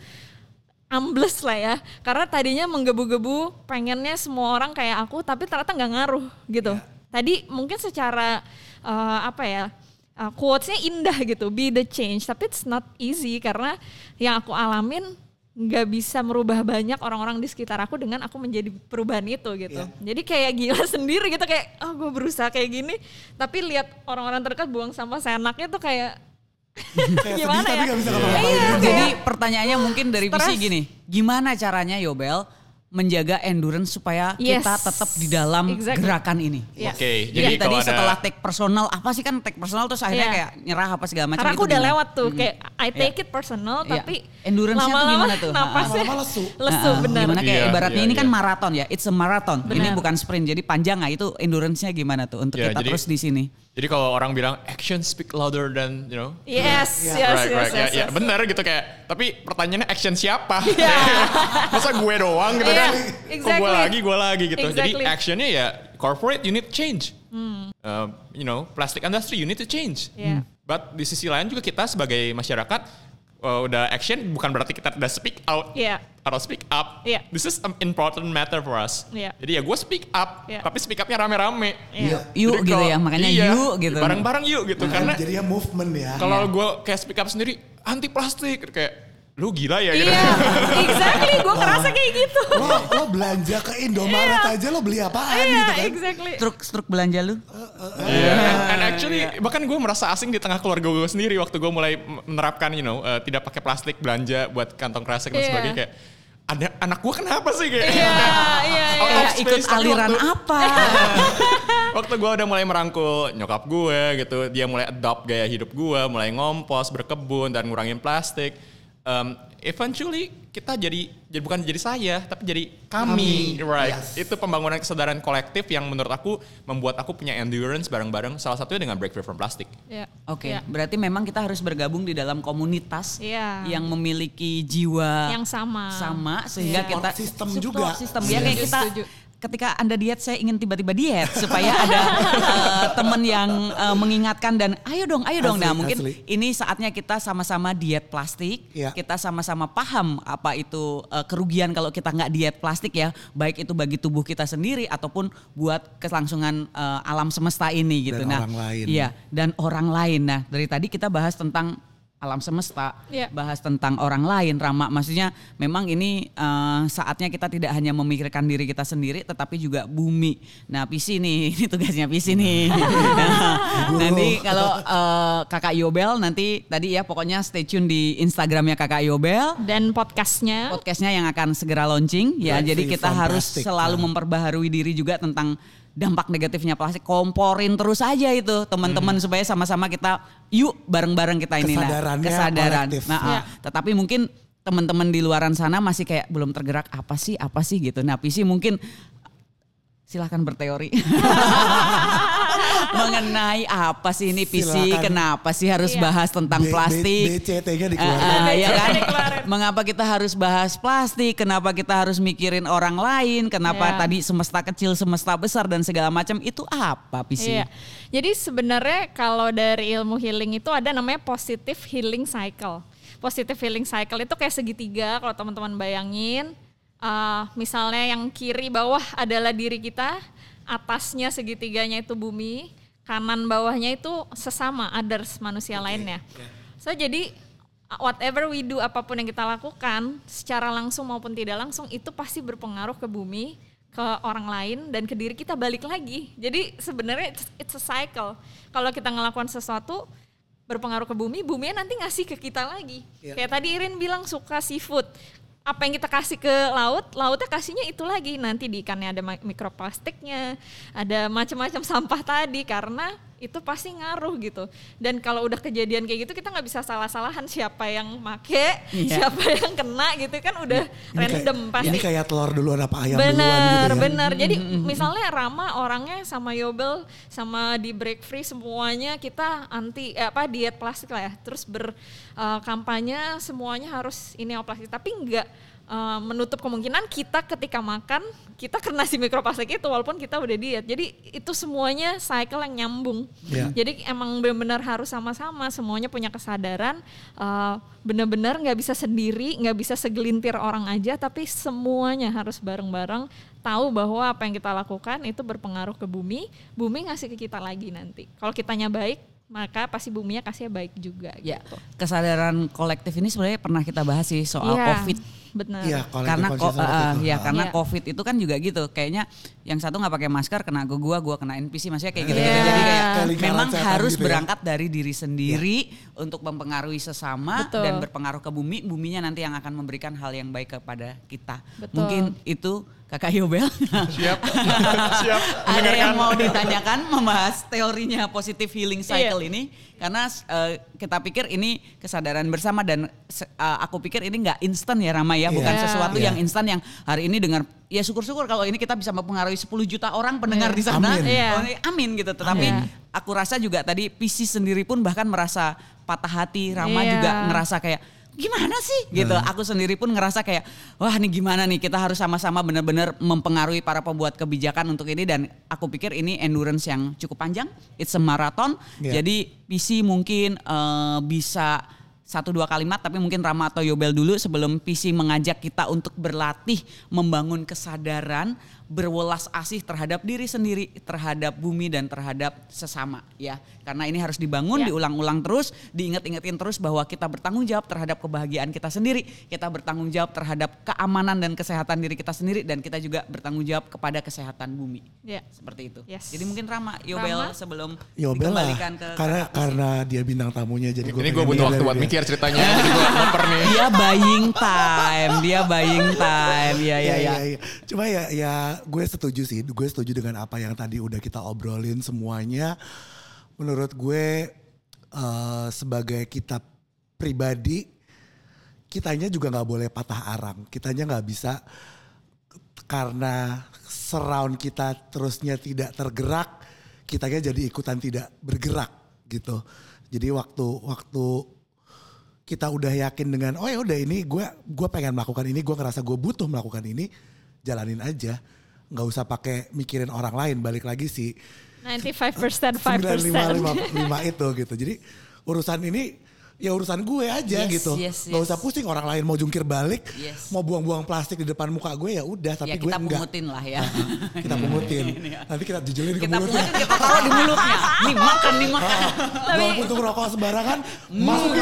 ambles lah ya, karena tadinya menggebu-gebu pengennya semua orang kayak aku tapi ternyata nggak ngaruh gitu. Tadi mungkin secara uh, apa ya uh, quotes-nya indah gitu, be the change, tapi it's not easy karena yang aku alamin nggak bisa merubah banyak orang-orang di sekitar aku dengan aku menjadi perubahan itu gitu. Yeah. Jadi kayak gila sendiri gitu kayak oh gue berusaha kayak gini tapi lihat orang-orang terdekat buang sampah seenaknya tuh kayak Kayak gimana sedih ya? tapi gak bisa Iya, ngapa-ngapain. iya. Jadi pertanyaannya mungkin dari Stres. Visi gini, gimana caranya Yobel menjaga endurance supaya Yes. kita tetap di dalam Exactly. gerakan ini? Iya. Oke, Jadi jadi tadi kalau ada setelah take personal, apa sih kan take personal terus akhirnya Iya. kayak nyerah apa segala macam Karena aku itu udah gimana? lewat tuh kayak I take it personal Iya. tapi Endurance-nya tuh lama-lama gimana tuh? napasnya Lama-lama lesu. lesu Heeh, benar. Gimana kayak Iya, ibaratnya iya, ini kan iya. maraton ya, it's a marathon. Ini Benar. bukan sprint, jadi panjang nggak itu endurance-nya gimana tuh untuk Iya, kita jadi- terus di sini? Jadi kalau orang bilang action speak louder than you know. Yes, Iya. yes, right, yes, right, yes, ya, ya, yes. benar gitu kayak. Tapi pertanyaannya action siapa? Iya. Masa gue doang gitu Iya, kan? Kok gue exactly. lagi, gue lagi gitu. Jadi Exactly. actionnya ya corporate you need change. Uh, you know, plastic industry you need to change. Iya. But di sisi lain juga kita sebagai masyarakat uh, udah action bukan berarti kita tidak speak out Iya. atau speak up. Iya. This is an important matter for us. Iya. Jadi ya gue speak up, Iya. tapi speak upnya rame-rame. Iya. Yuk Jadi gitu kalau- ya, makanya iya, yuk gitu. Bareng-bareng yuk gitu. Karena Jadinya movement ya. kalau gue kayak speak up sendiri anti plastik kayak lu gila ya gitu. Iya, exactly. Gue ngerasa kayak gitu. Lo, lo belanja ke Indomaret aja lo beli apaan Iya, gitu kan. exactly. Struk-struk belanja lu? Iya. And, and actually bahkan gue merasa asing di tengah keluarga gue sendiri waktu gue mulai menerapkan you know uh, tidak pakai plastik belanja buat kantong kresek dan Iya. sebagainya kayak ada anak gue kenapa sih kayak Iya, iya, out iya. of Ikut space. Tapi aliran waktu- apa? Waktu gue udah mulai merangkul nyokap gue gitu, dia mulai adopt gaya hidup gue, mulai ngompos, berkebun dan ngurangin plastik. Um, eventually kita jadi, jadi bukan jadi saya, tapi jadi kami, Kami, right? yes. Itu pembangunan kesadaran kolektif yang menurut aku membuat aku punya endurance bareng-bareng. Salah satunya dengan break free from plastic. Iya. Oke, Iya. berarti memang kita harus bergabung di dalam komunitas Iya. yang memiliki jiwa Yang sama. sama sehingga Support kita system support juga. sistem Iya. ya kayak Setuju, kita setuju. ketika Anda diet saya ingin tiba-tiba diet supaya ada eh, teman yang eh, mengingatkan dan ayo dong, ayo dong. Asli, Nah, mungkin asli. ini saatnya kita sama-sama diet plastik. Iya. Kita sama-sama paham apa itu eh, kerugian kalau kita nggak diet plastik ya, baik itu bagi tubuh kita sendiri ataupun buat kelangsungan eh, alam semesta ini gitu. Dan nah, orang lain. Iya, dan orang lain. Nah, dari tadi kita bahas tentang alam semesta, Iya. bahas tentang orang lain, Rama. Maksudnya memang ini eh, saatnya kita tidak hanya memikirkan diri kita sendiri, tetapi juga bumi. Nah, Pisi nih, ini tugasnya Pisi nih. Nah, nanti kalau eh, Kakak Yobel nanti tadi ya pokoknya stay tune di Instagramnya Kakak Yobel. Dan podcastnya. Podcastnya yang akan segera launching ya. Break Jadi free kita from harus plastic. selalu Nah. memperbaharui diri juga tentang dampak negatifnya plastik. Komporin terus aja itu teman-teman supaya sama-sama kita yuk bareng-bareng kita ini nah, Kesadarannya kesadaran. kolektif. Nah, Iya. ah, tetapi mungkin teman-teman di luaran sana masih kayak belum tergerak apa sih apa sih gitu. Nah, Pisi mungkin silahkan berteori mengenai apa sih ini Pisi, Silakan. kenapa sih harus Iya. bahas tentang B- B- plastik? B C T-nya Ah, dikeluarkan. ah, ya kan? Dikeluarin. Mengapa kita harus bahas plastik? Kenapa kita harus mikirin orang lain? Kenapa Iya. tadi semesta kecil, semesta besar dan segala macam itu apa, Pisi? Iya. Jadi sebenarnya kalau dari ilmu healing itu ada namanya positive healing cycle. Positive healing cycle itu kayak segitiga kalau teman-teman bayangin. Uh, misalnya yang kiri bawah adalah diri kita, atasnya segitiganya itu bumi, kanan bawahnya itu sesama others manusia lainnya. So jadi whatever we do, apapun yang kita lakukan secara langsung maupun tidak langsung itu pasti berpengaruh ke bumi, ke orang lain dan ke diri kita balik lagi. Jadi sebenarnya it's, it's a cycle. Kalau kita ngelakukan sesuatu berpengaruh ke bumi, buminya nanti ngasih ke kita lagi. Iya. Kayak tadi Irin bilang suka seafood. Apa yang kita kasih ke laut, lautnya kasihnya itu lagi. Nanti di ikannya ada mikroplastiknya, ada macam-macam sampah tadi karena itu pasti ngaruh gitu. Dan kalau udah kejadian kayak gitu kita nggak bisa salah-salahan siapa yang make, Iya. siapa yang kena gitu kan udah Ini random kayak, pasti. Ini kayak telur duluan apa ayam duluan gitu Bener, ya. bener. Jadi misalnya Rama orangnya sama Yobel sama di Break Free semuanya kita anti eh, apa diet plastik lah ya. Terus berkampanye semuanya harus ini plastik, tapi enggak uh, menutup kemungkinan kita ketika makan kita kena si mikroplastik itu walaupun kita udah diet. Jadi itu semuanya cycle yang nyambung. Yeah. Jadi emang benar-benar harus sama-sama, semuanya punya kesadaran, uh, benar-benar nggak bisa sendiri, nggak bisa segelintir orang aja, tapi semuanya harus bareng-bareng. Tahu bahwa apa yang kita lakukan itu berpengaruh ke bumi, bumi ngasih ke kita lagi nanti. Kalau kitanya baik, maka pasti buminya kasihnya baik juga. Ya, gitu. kesadaran kolektif ini sebenarnya pernah kita bahas sih soal Iya, COVID. Benar. Iya, collective Karena ko, consciousness uh, waktu itu. ya Ah. karena Iya. COVID itu kan juga gitu. Kayaknya yang satu nggak pakai masker kena ke gua, gua kena N P C, maksudnya kayak gitu. Iya. Jadi kayak Kayak lingkaran memang setan harus gitu ya. berangkat dari diri sendiri untuk mempengaruhi sesama Betul. dan berpengaruh ke bumi. Buminya nanti yang akan memberikan hal yang baik kepada kita. Betul. Mungkin itu Kakak Yobel. Siap. Siap. Ada yang Mendengarkan. mau ditanyakan membahas teorinya positive healing cycle Iya. ini karena uh, kita pikir ini kesadaran bersama dan uh, aku pikir ini nggak instan ya Rama ya, bukan Iya. sesuatu Iya. yang instan yang hari ini dengar ya syukur-syukur kalau ini kita bisa mempengaruhi sepuluh juta orang pendengar Iya. di sana. Amin. Iya. Oh, amin gitu. Tetapi Iya. aku rasa juga tadi P C sendiri pun bahkan merasa patah hati, Rama Iya. juga ngerasa kayak gimana sih gitu. Aku sendiri pun ngerasa kayak wah ini gimana nih, kita harus sama-sama benar-benar mempengaruhi para pembuat kebijakan untuk ini. Dan aku pikir ini endurance yang cukup panjang, it's a marathon. Yeah. Jadi P C mungkin uh, bisa satu dua kalimat, tapi mungkin Rama atau Yobel dulu sebelum P C mengajak kita untuk berlatih membangun kesadaran, berwelas asih terhadap diri sendiri, terhadap bumi dan terhadap sesama ya. Karena ini harus dibangun, Ya. diulang-ulang terus, diingat-ingatin terus bahwa kita bertanggung jawab terhadap kebahagiaan kita sendiri, kita bertanggung jawab terhadap keamanan dan kesehatan diri kita sendiri, dan kita juga bertanggung jawab kepada kesehatan bumi. Ya. Seperti itu. Yes. Jadi mungkin Rama, Yobel Rama? sebelum Yobel lah, dikembalikan ke karena Kakak P C. karena dia bintang tamunya jadi Ini gue butuh waktu buat mikir ceritanya. Jadi gue ngoper nih. Dia buying time, dia buying time. Ya ya ya. iya. Cuma ya ya gue setuju sih, gue setuju dengan apa yang tadi udah kita obrolin semuanya. Menurut gue uh, sebagai kita pribadi, kitanya juga nggak boleh patah arang. Kitanya nggak bisa karena surround kita terusnya tidak tergerak, kitanya jadi ikutan tidak bergerak gitu. Jadi waktu waktu kita udah yakin dengan oh ya udah ini gue gue pengen melakukan ini, gue ngerasa gue butuh melakukan ini, jalanin aja, nggak usah pakai mikirin orang lain. Balik lagi sih ninety-five percent, five sembilan lima lima percent. lima itu gitu. Jadi urusan ini ya urusan gue aja Yes, gitu. yes, Nggak yes. usah pusing orang lain mau jungkir balik, Yes. mau buang-buang plastik di depan muka gue ya udah. Tapi Ya gue kita enggak. pungutin lah ya. Kita pungutin. Nanti kita jujulin ke Kita mulutnya. pungutin, kita taruh di mulutnya. Nih makan, nih makan. Walaupun tuh ngerokok sembarangan, Hmm. masukin.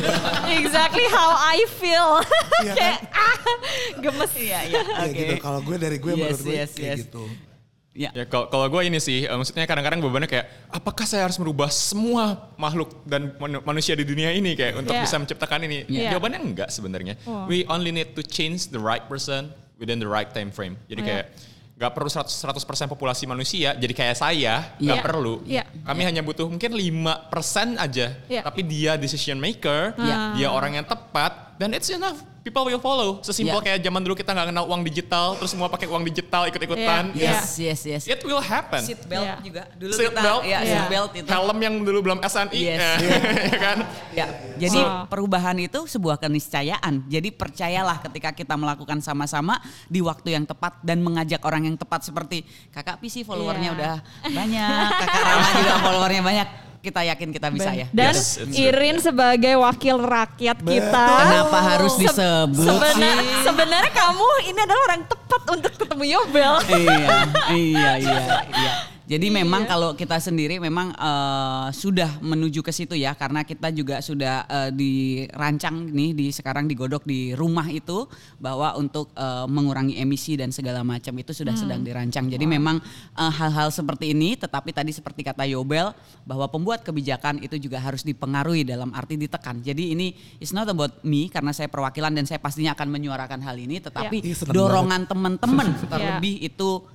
Exactly how I feel. Iya kan? Kayak ah, gemes. Iya iya. Ya Oke. gitu. Kalau gue dari gue Yes, menurut gue yes, kayak yes. gitu. Ya. Ya kalau kalau gue ini sih, uh, maksudnya kadang-kadang bebannya kayak, apakah saya harus merubah semua makhluk dan manu- manusia di dunia ini kayak untuk Yeah. bisa menciptakan ini? Yeah. Jawabannya enggak sebenarnya. Oh. We only need to change the right person within the right time frame. Jadi Oh, kayak nggak perlu seratus persen populasi manusia jadi kayak saya, nggak Yeah. perlu. Yeah. Kami hanya butuh mungkin lima persen aja, Yeah. tapi dia decision maker, Yeah. dia orang yang tepat, dan it's enough. People will follow. Sesimpel Yeah. kayak zaman dulu kita nggak kenal uang digital, terus semua pakai uang digital ikut-ikutan. Yeah. Yes yes yes. It will happen. Seat belt Iya. juga. Dulu Seat kita belt, ya Iya. seat belt itu. Helm yang dulu belum S N I, Yes. ya, ya kan? Ya, jadi So- perubahan itu sebuah keniscayaan. Jadi percayalah ketika kita melakukan sama-sama di waktu yang tepat dan mengajak orang yang tepat, seperti Kakak P C followernya Iya. udah banyak, Kakak Rama juga followernya banyak. Kita yakin kita bisa ya. Dan Yes, it's true. Irin sebagai wakil rakyat kita. Kenapa harus Se- disebut sebena- sih? Sebenarnya kamu ini adalah orang tepat untuk ketemu Yobel. iya, iya, iya, iya. Jadi Iya. memang kalau kita sendiri memang eh, sudah menuju ke situ ya, karena kita juga sudah eh, dirancang nih di sekarang digodok di rumah itu bahwa untuk eh, mengurangi emisi dan segala macam itu sudah sedang dirancang. Jadi memang eh, hal-hal seperti ini, tetapi tadi seperti kata Yobel bahwa pembuat kebijakan itu juga harus dipengaruhi dalam arti ditekan. Jadi ini it's not about me karena saya perwakilan dan saya pastinya akan menyuarakan hal ini, tetapi Iya, seneng dorongan teman-teman terlebih itu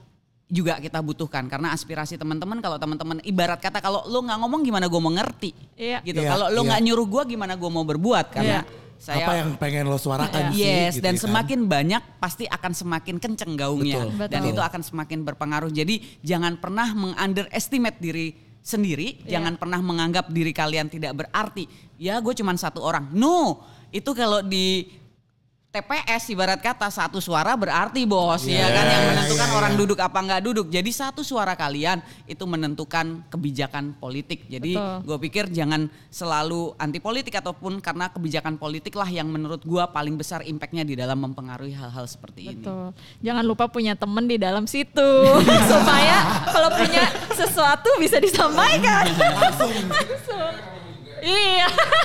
juga kita butuhkan karena aspirasi teman-teman. Kalau teman-teman ibarat kata kalau lo nggak ngomong gimana gue mau ngerti, Iya. gitu. Iya, Kalau lo iya. nggak nyuruh gue gimana gue mau berbuat karena saya Apa yang pengen lo suarakan sih? yes gitu dan ya kan? semakin banyak pasti akan semakin kenceng gaungnya Betul. dan Betul. itu akan semakin berpengaruh. Jadi jangan pernah mengunderestimate diri sendiri, Iya. jangan pernah menganggap diri kalian tidak berarti. Ya gue cuman satu orang. No, itu kalau di T P S ibarat kata satu suara berarti bos ya Iya, kan yang iya, menentukan iya, orang iya. duduk apa nggak duduk. Jadi satu suara kalian itu menentukan kebijakan politik. Jadi Betul. gue pikir jangan selalu anti politik ataupun karena kebijakan politik lah yang menurut gue paling besar impactnya di dalam mempengaruhi hal-hal seperti ini. Betul. Jangan lupa punya temen di dalam situ supaya kalau punya sesuatu bisa disampaikan. Langsung. Iya.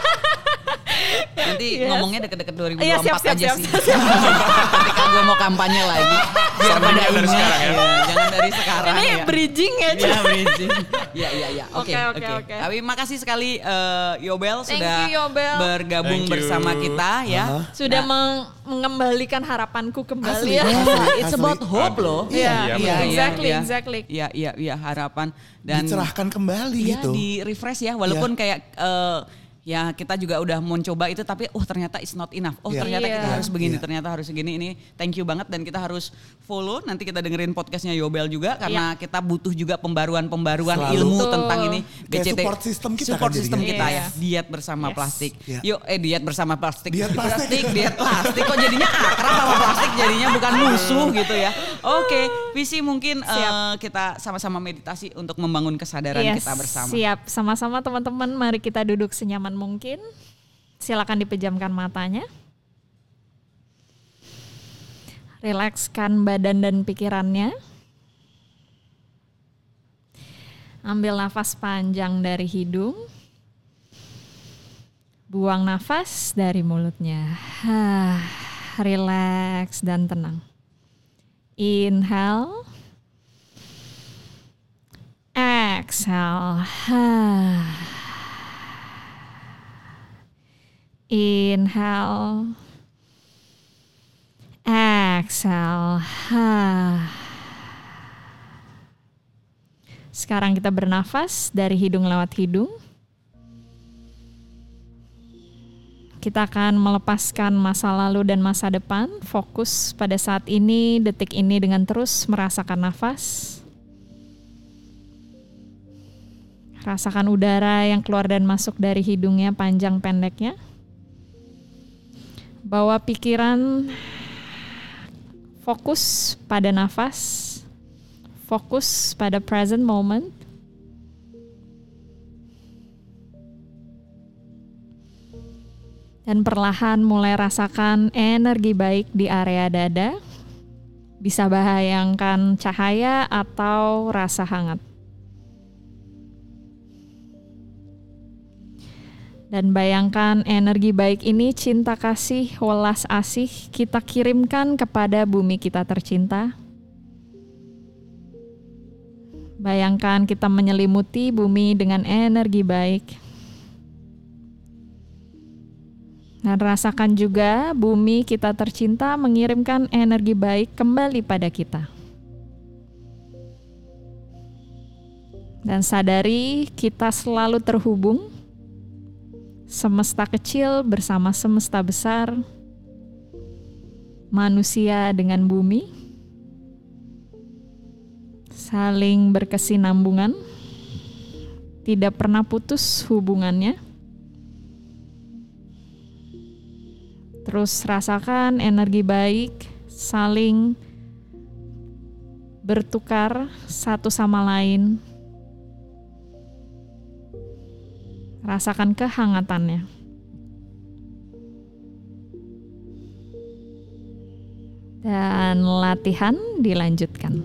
Nanti Yes. ngomongnya deket-deket dua ribu dua Iya, puluh empat siap, siap, aja siap, sih. siap, siap. Ketika gue mau kampanye lagi. Biar pada Jangan dari ingat. sekarang ya. Ya, jangan dari sekarang Ini ya. bridging ya. Iya Cak? bridging. Iya iya iya. Oke Oke, oke, oke. oke. Tapi makasih sekali eh, Yobel Thank sudah you, Yobel. bergabung Thank you. bersama kita ya. Aha. Sudah Nah, meng- mengembalikan harapanku kembali Asli. ya. yeah, it's Asli. about hope loh. Iya, iya, exactly, iya. exactly. Iya iya iya harapan dan Dicerahkan kembali Iya gitu. di refresh ya walaupun kayak eh, ya kita juga udah mau coba itu tapi oh ternyata it's not enough. Oh Iya. ternyata kita Iya. harus begini, Iya. ternyata harus begini. Ini thank you banget dan kita harus follow nanti kita dengerin podcastnya Yobel juga karena kita butuh juga pembaruan-pembaruan Selalu. ilmu Betul. tentang ini Kayak support system kita support kan system jadinya. kita Iya. ya. Diet bersama Yes. plastik. Iya. Yuk eh diet bersama plastik. Diet plastik. diet plastik kok jadinya akrab sama plastik jadinya bukan musuh gitu ya. Oke, Visi mungkin eh, Siap. kita sama-sama meditasi untuk membangun kesadaran Yes, kita bersama. Siap, sama-sama teman-teman. Mari kita duduk senyaman mungkin. Silakan dipejamkan matanya. Rilekskan badan dan pikirannya. Ambil nafas panjang dari hidung. Buang nafas dari mulutnya. Hah, relax dan tenang. Inhale. Exhale. Hah. Inhale. Exhale. Hah. Sekarang kita bernafas dari hidung lewat hidung. Kita akan melepaskan masa lalu dan masa depan. Fokus pada saat ini, detik ini dengan terus merasakan nafas. Rasakan udara yang keluar dan masuk dari hidungnya panjang pendeknya. Bawa pikiran fokus pada nafas, fokus pada present moment. Dan perlahan mulai rasakan energi baik di area dada. Bisa bayangkan cahaya atau rasa hangat. Dan bayangkan energi baik ini, cinta kasih, welas asih kita kirimkan kepada bumi kita tercinta. Bayangkan kita menyelimuti bumi dengan energi baik. Dan rasakan juga bumi kita tercinta mengirimkan energi baik kembali pada kita. Dan sadari kita selalu terhubung. Semesta kecil bersama semesta besar, manusia dengan bumi, saling berkesinambungan, tidak pernah putus hubungannya. Terus rasakan energi baik, saling bertukar satu sama lain. Rasakan kehangatannya. Dan latihan dilanjutkan.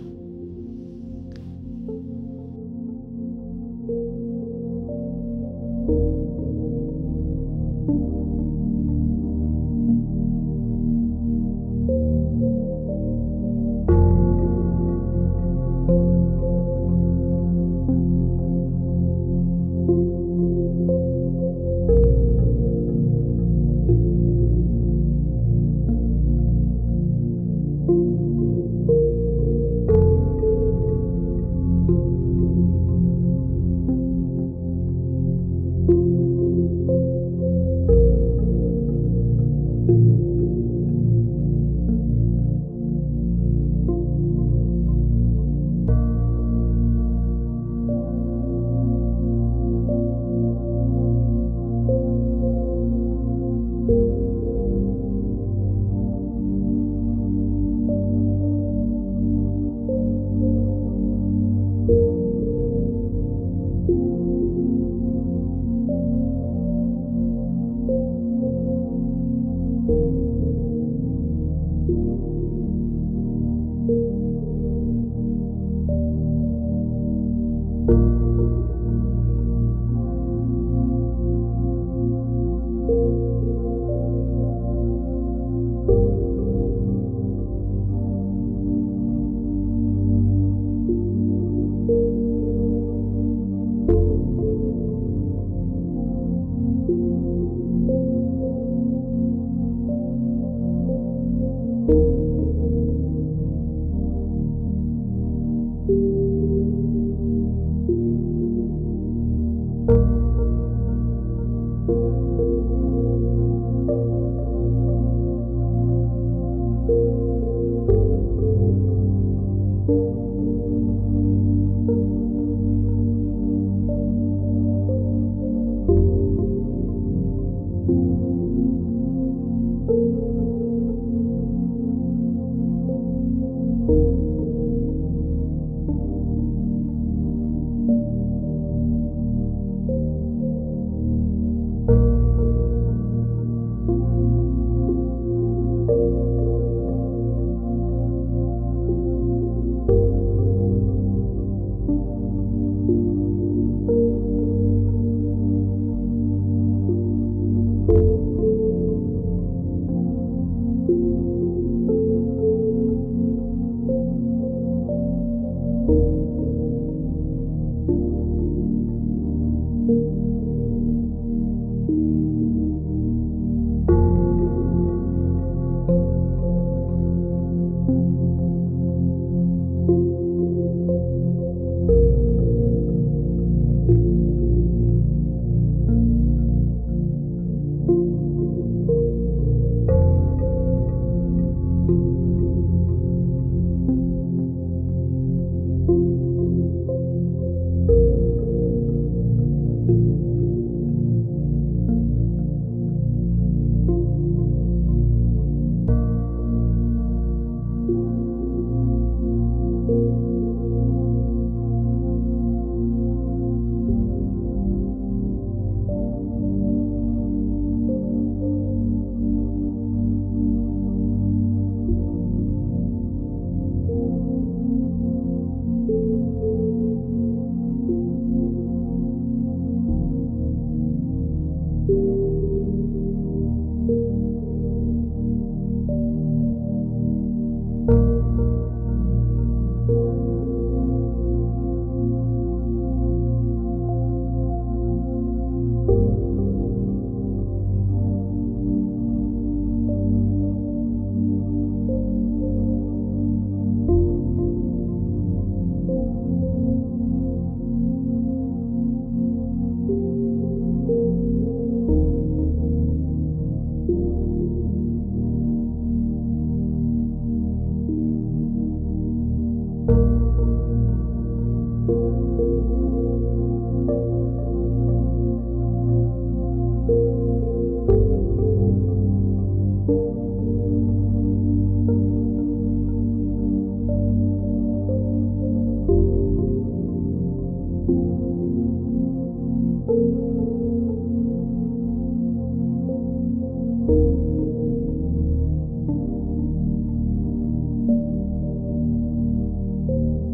Thank you.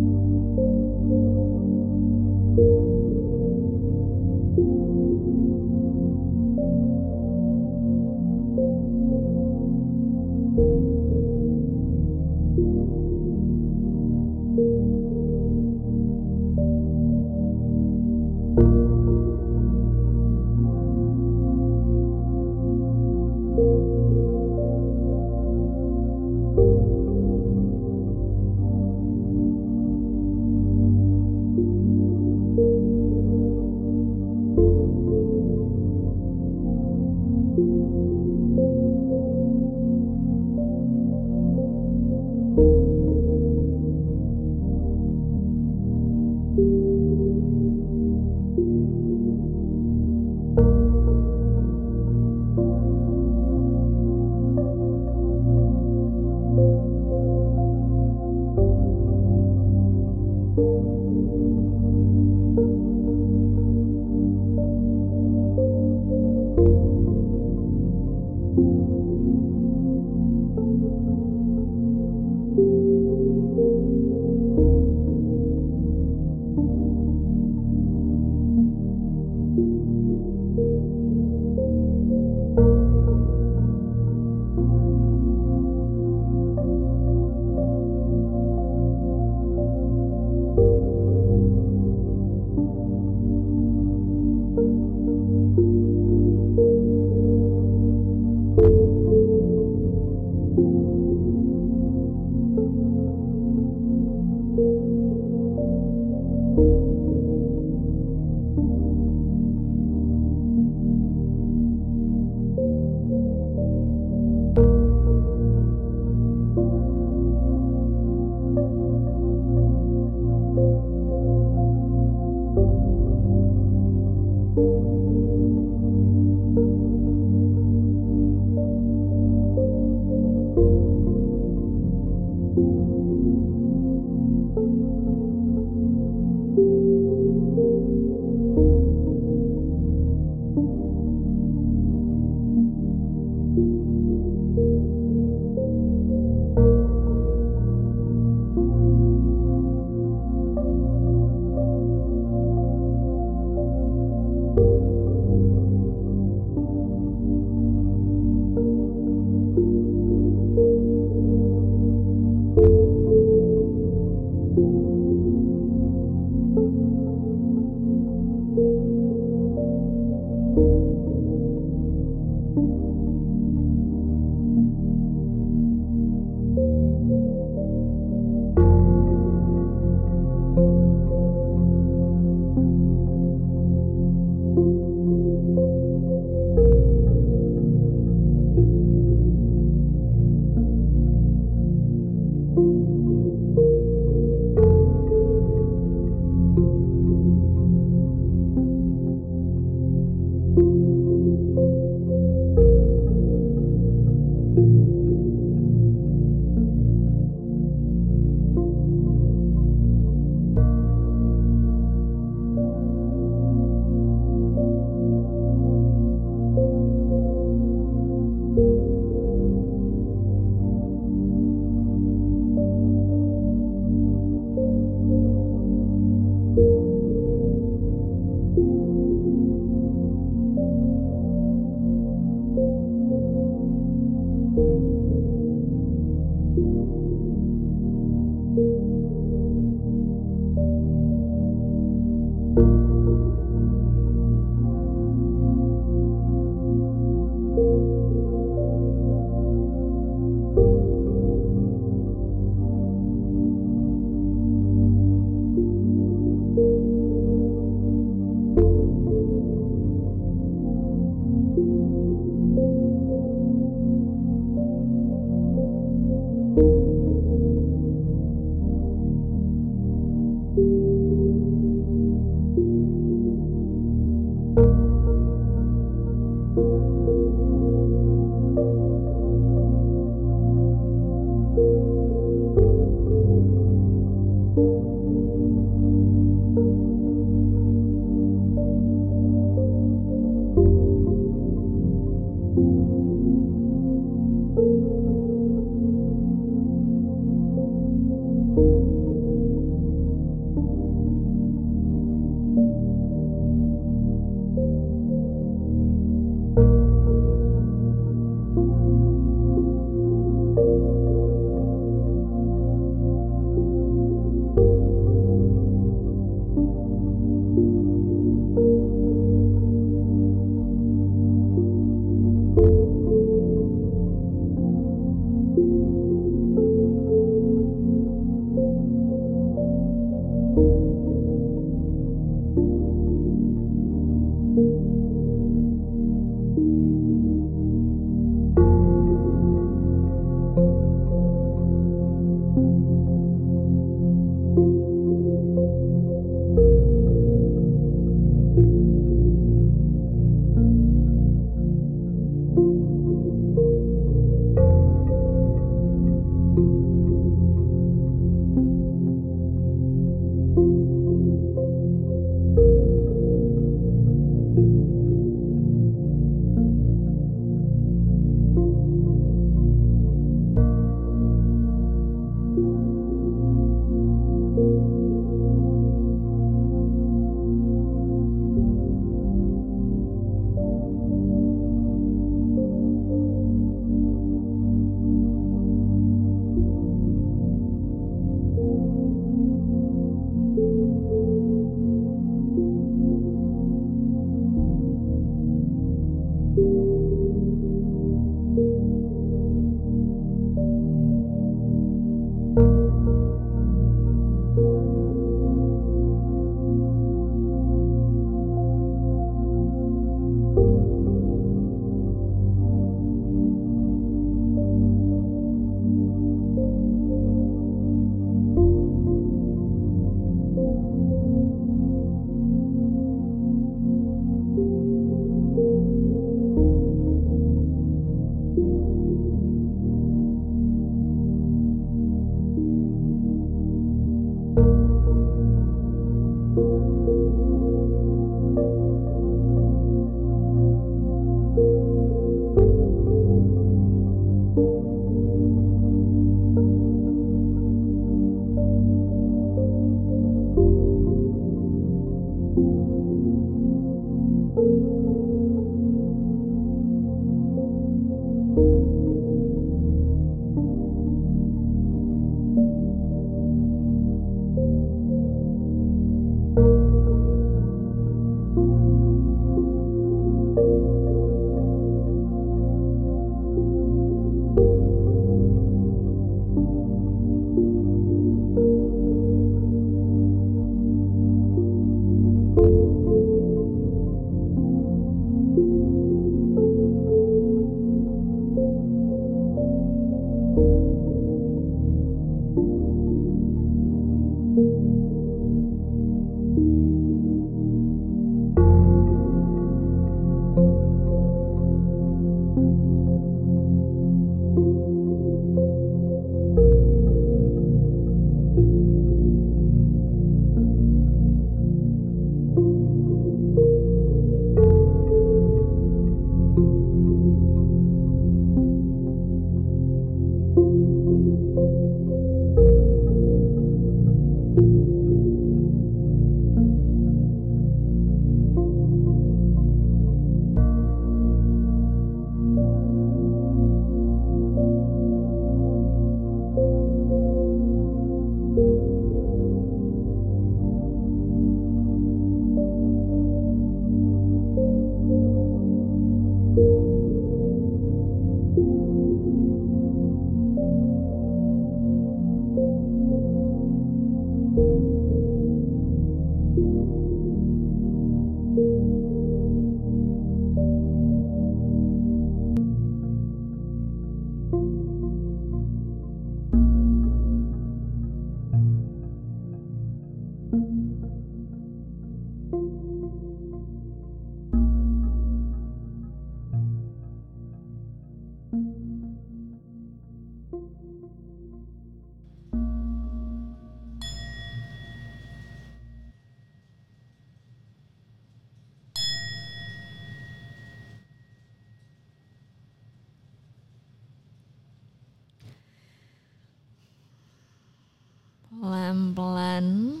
Pelan-pelan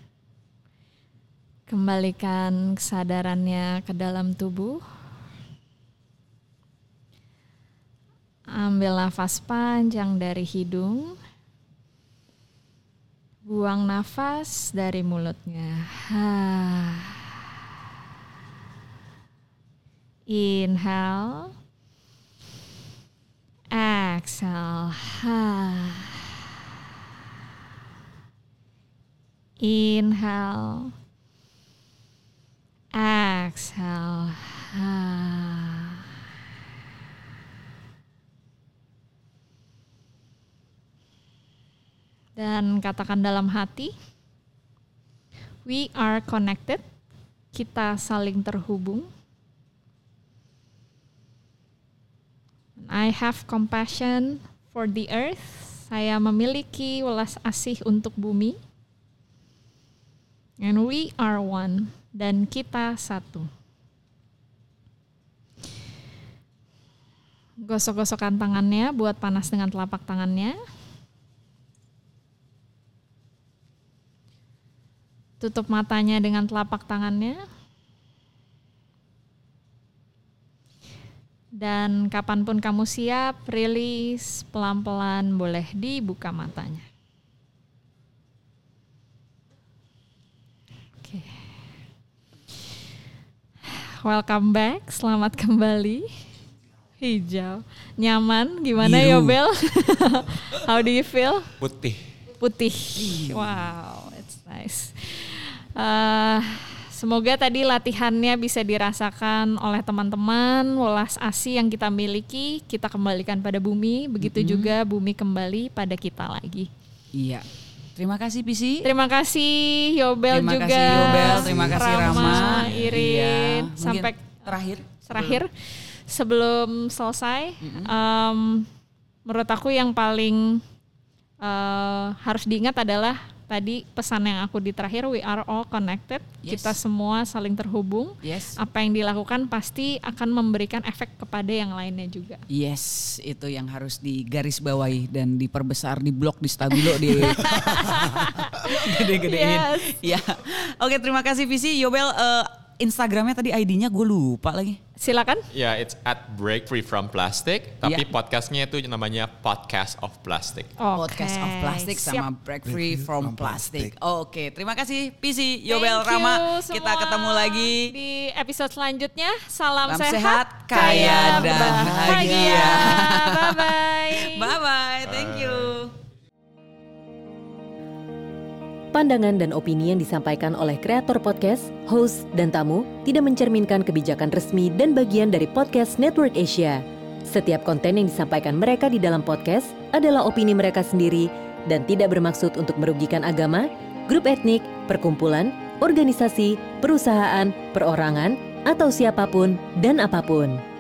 kembalikan kesadarannya ke dalam tubuh. Ambil nafas panjang dari hidung. Buang nafas dari mulutnya. Inhale. Exhale. Inhale, exhale. Dan katakan dalam hati, we are connected. Kita saling terhubung. I have compassion for the earth. Saya memiliki welas asih untuk bumi. And we are one. Dan kita satu. Gosok-gosokkan tangannya, buat panas dengan telapak tangannya. Tutup matanya dengan telapak tangannya. Dan kapanpun kamu siap, rilis pelan-pelan, boleh dibuka matanya. Welcome back, selamat kembali. Hijau, nyaman, gimana Biru. Yobel? How do you feel? Putih. Putih. Wow, it's nice. Uh, semoga tadi latihannya bisa dirasakan oleh teman-teman. Welas asih yang kita miliki, kita kembalikan pada bumi. Begitu mm-hmm. juga bumi kembali pada kita lagi. Iya. Terima kasih Pisi. Terima kasih Yobel terima juga. Terima kasih Yobel, terima kasih Rama, Rama Irin. Iya. Sampai terakhir. Terakhir sebelum selesai, mm-hmm. um, menurut aku yang paling uh, harus diingat adalah tadi pesan yang aku di terakhir, we are all connected. Yes. Kita semua saling terhubung. Yes. Apa yang dilakukan pasti akan memberikan efek kepada yang lainnya juga. Yes, itu yang harus digarisbawahi dan diperbesar, di blok, di stabilo, di gede-gedein. Yes. Ya. Oke, terima kasih Visi. Yobel, uh, Instagramnya tadi I D-nya gue lupa lagi. Silakan. Ya, yeah, it's at Break Free From Plastic. Tapi yeah. podcastnya itu namanya Podcast of Plastic. Okay. Podcast of Plastic sama Siap. Break Free From Plastic. Plastic. Oke, terima kasih Pisi, Yobel, Thank Rama. you Kita semua. ketemu lagi Di episode selanjutnya. Salam, Salam sehat, sehat, kaya, dan bahagia. Bye-bye. Bye-bye, thank you. Pandangan dan opini yang disampaikan oleh kreator podcast, host, dan tamu tidak mencerminkan kebijakan resmi dan bagian dari Podcast Network Asia. Setiap konten yang disampaikan mereka di dalam podcast adalah opini mereka sendiri dan tidak bermaksud untuk merugikan agama, grup etnik, perkumpulan, organisasi, perusahaan, perorangan, atau siapapun dan apapun.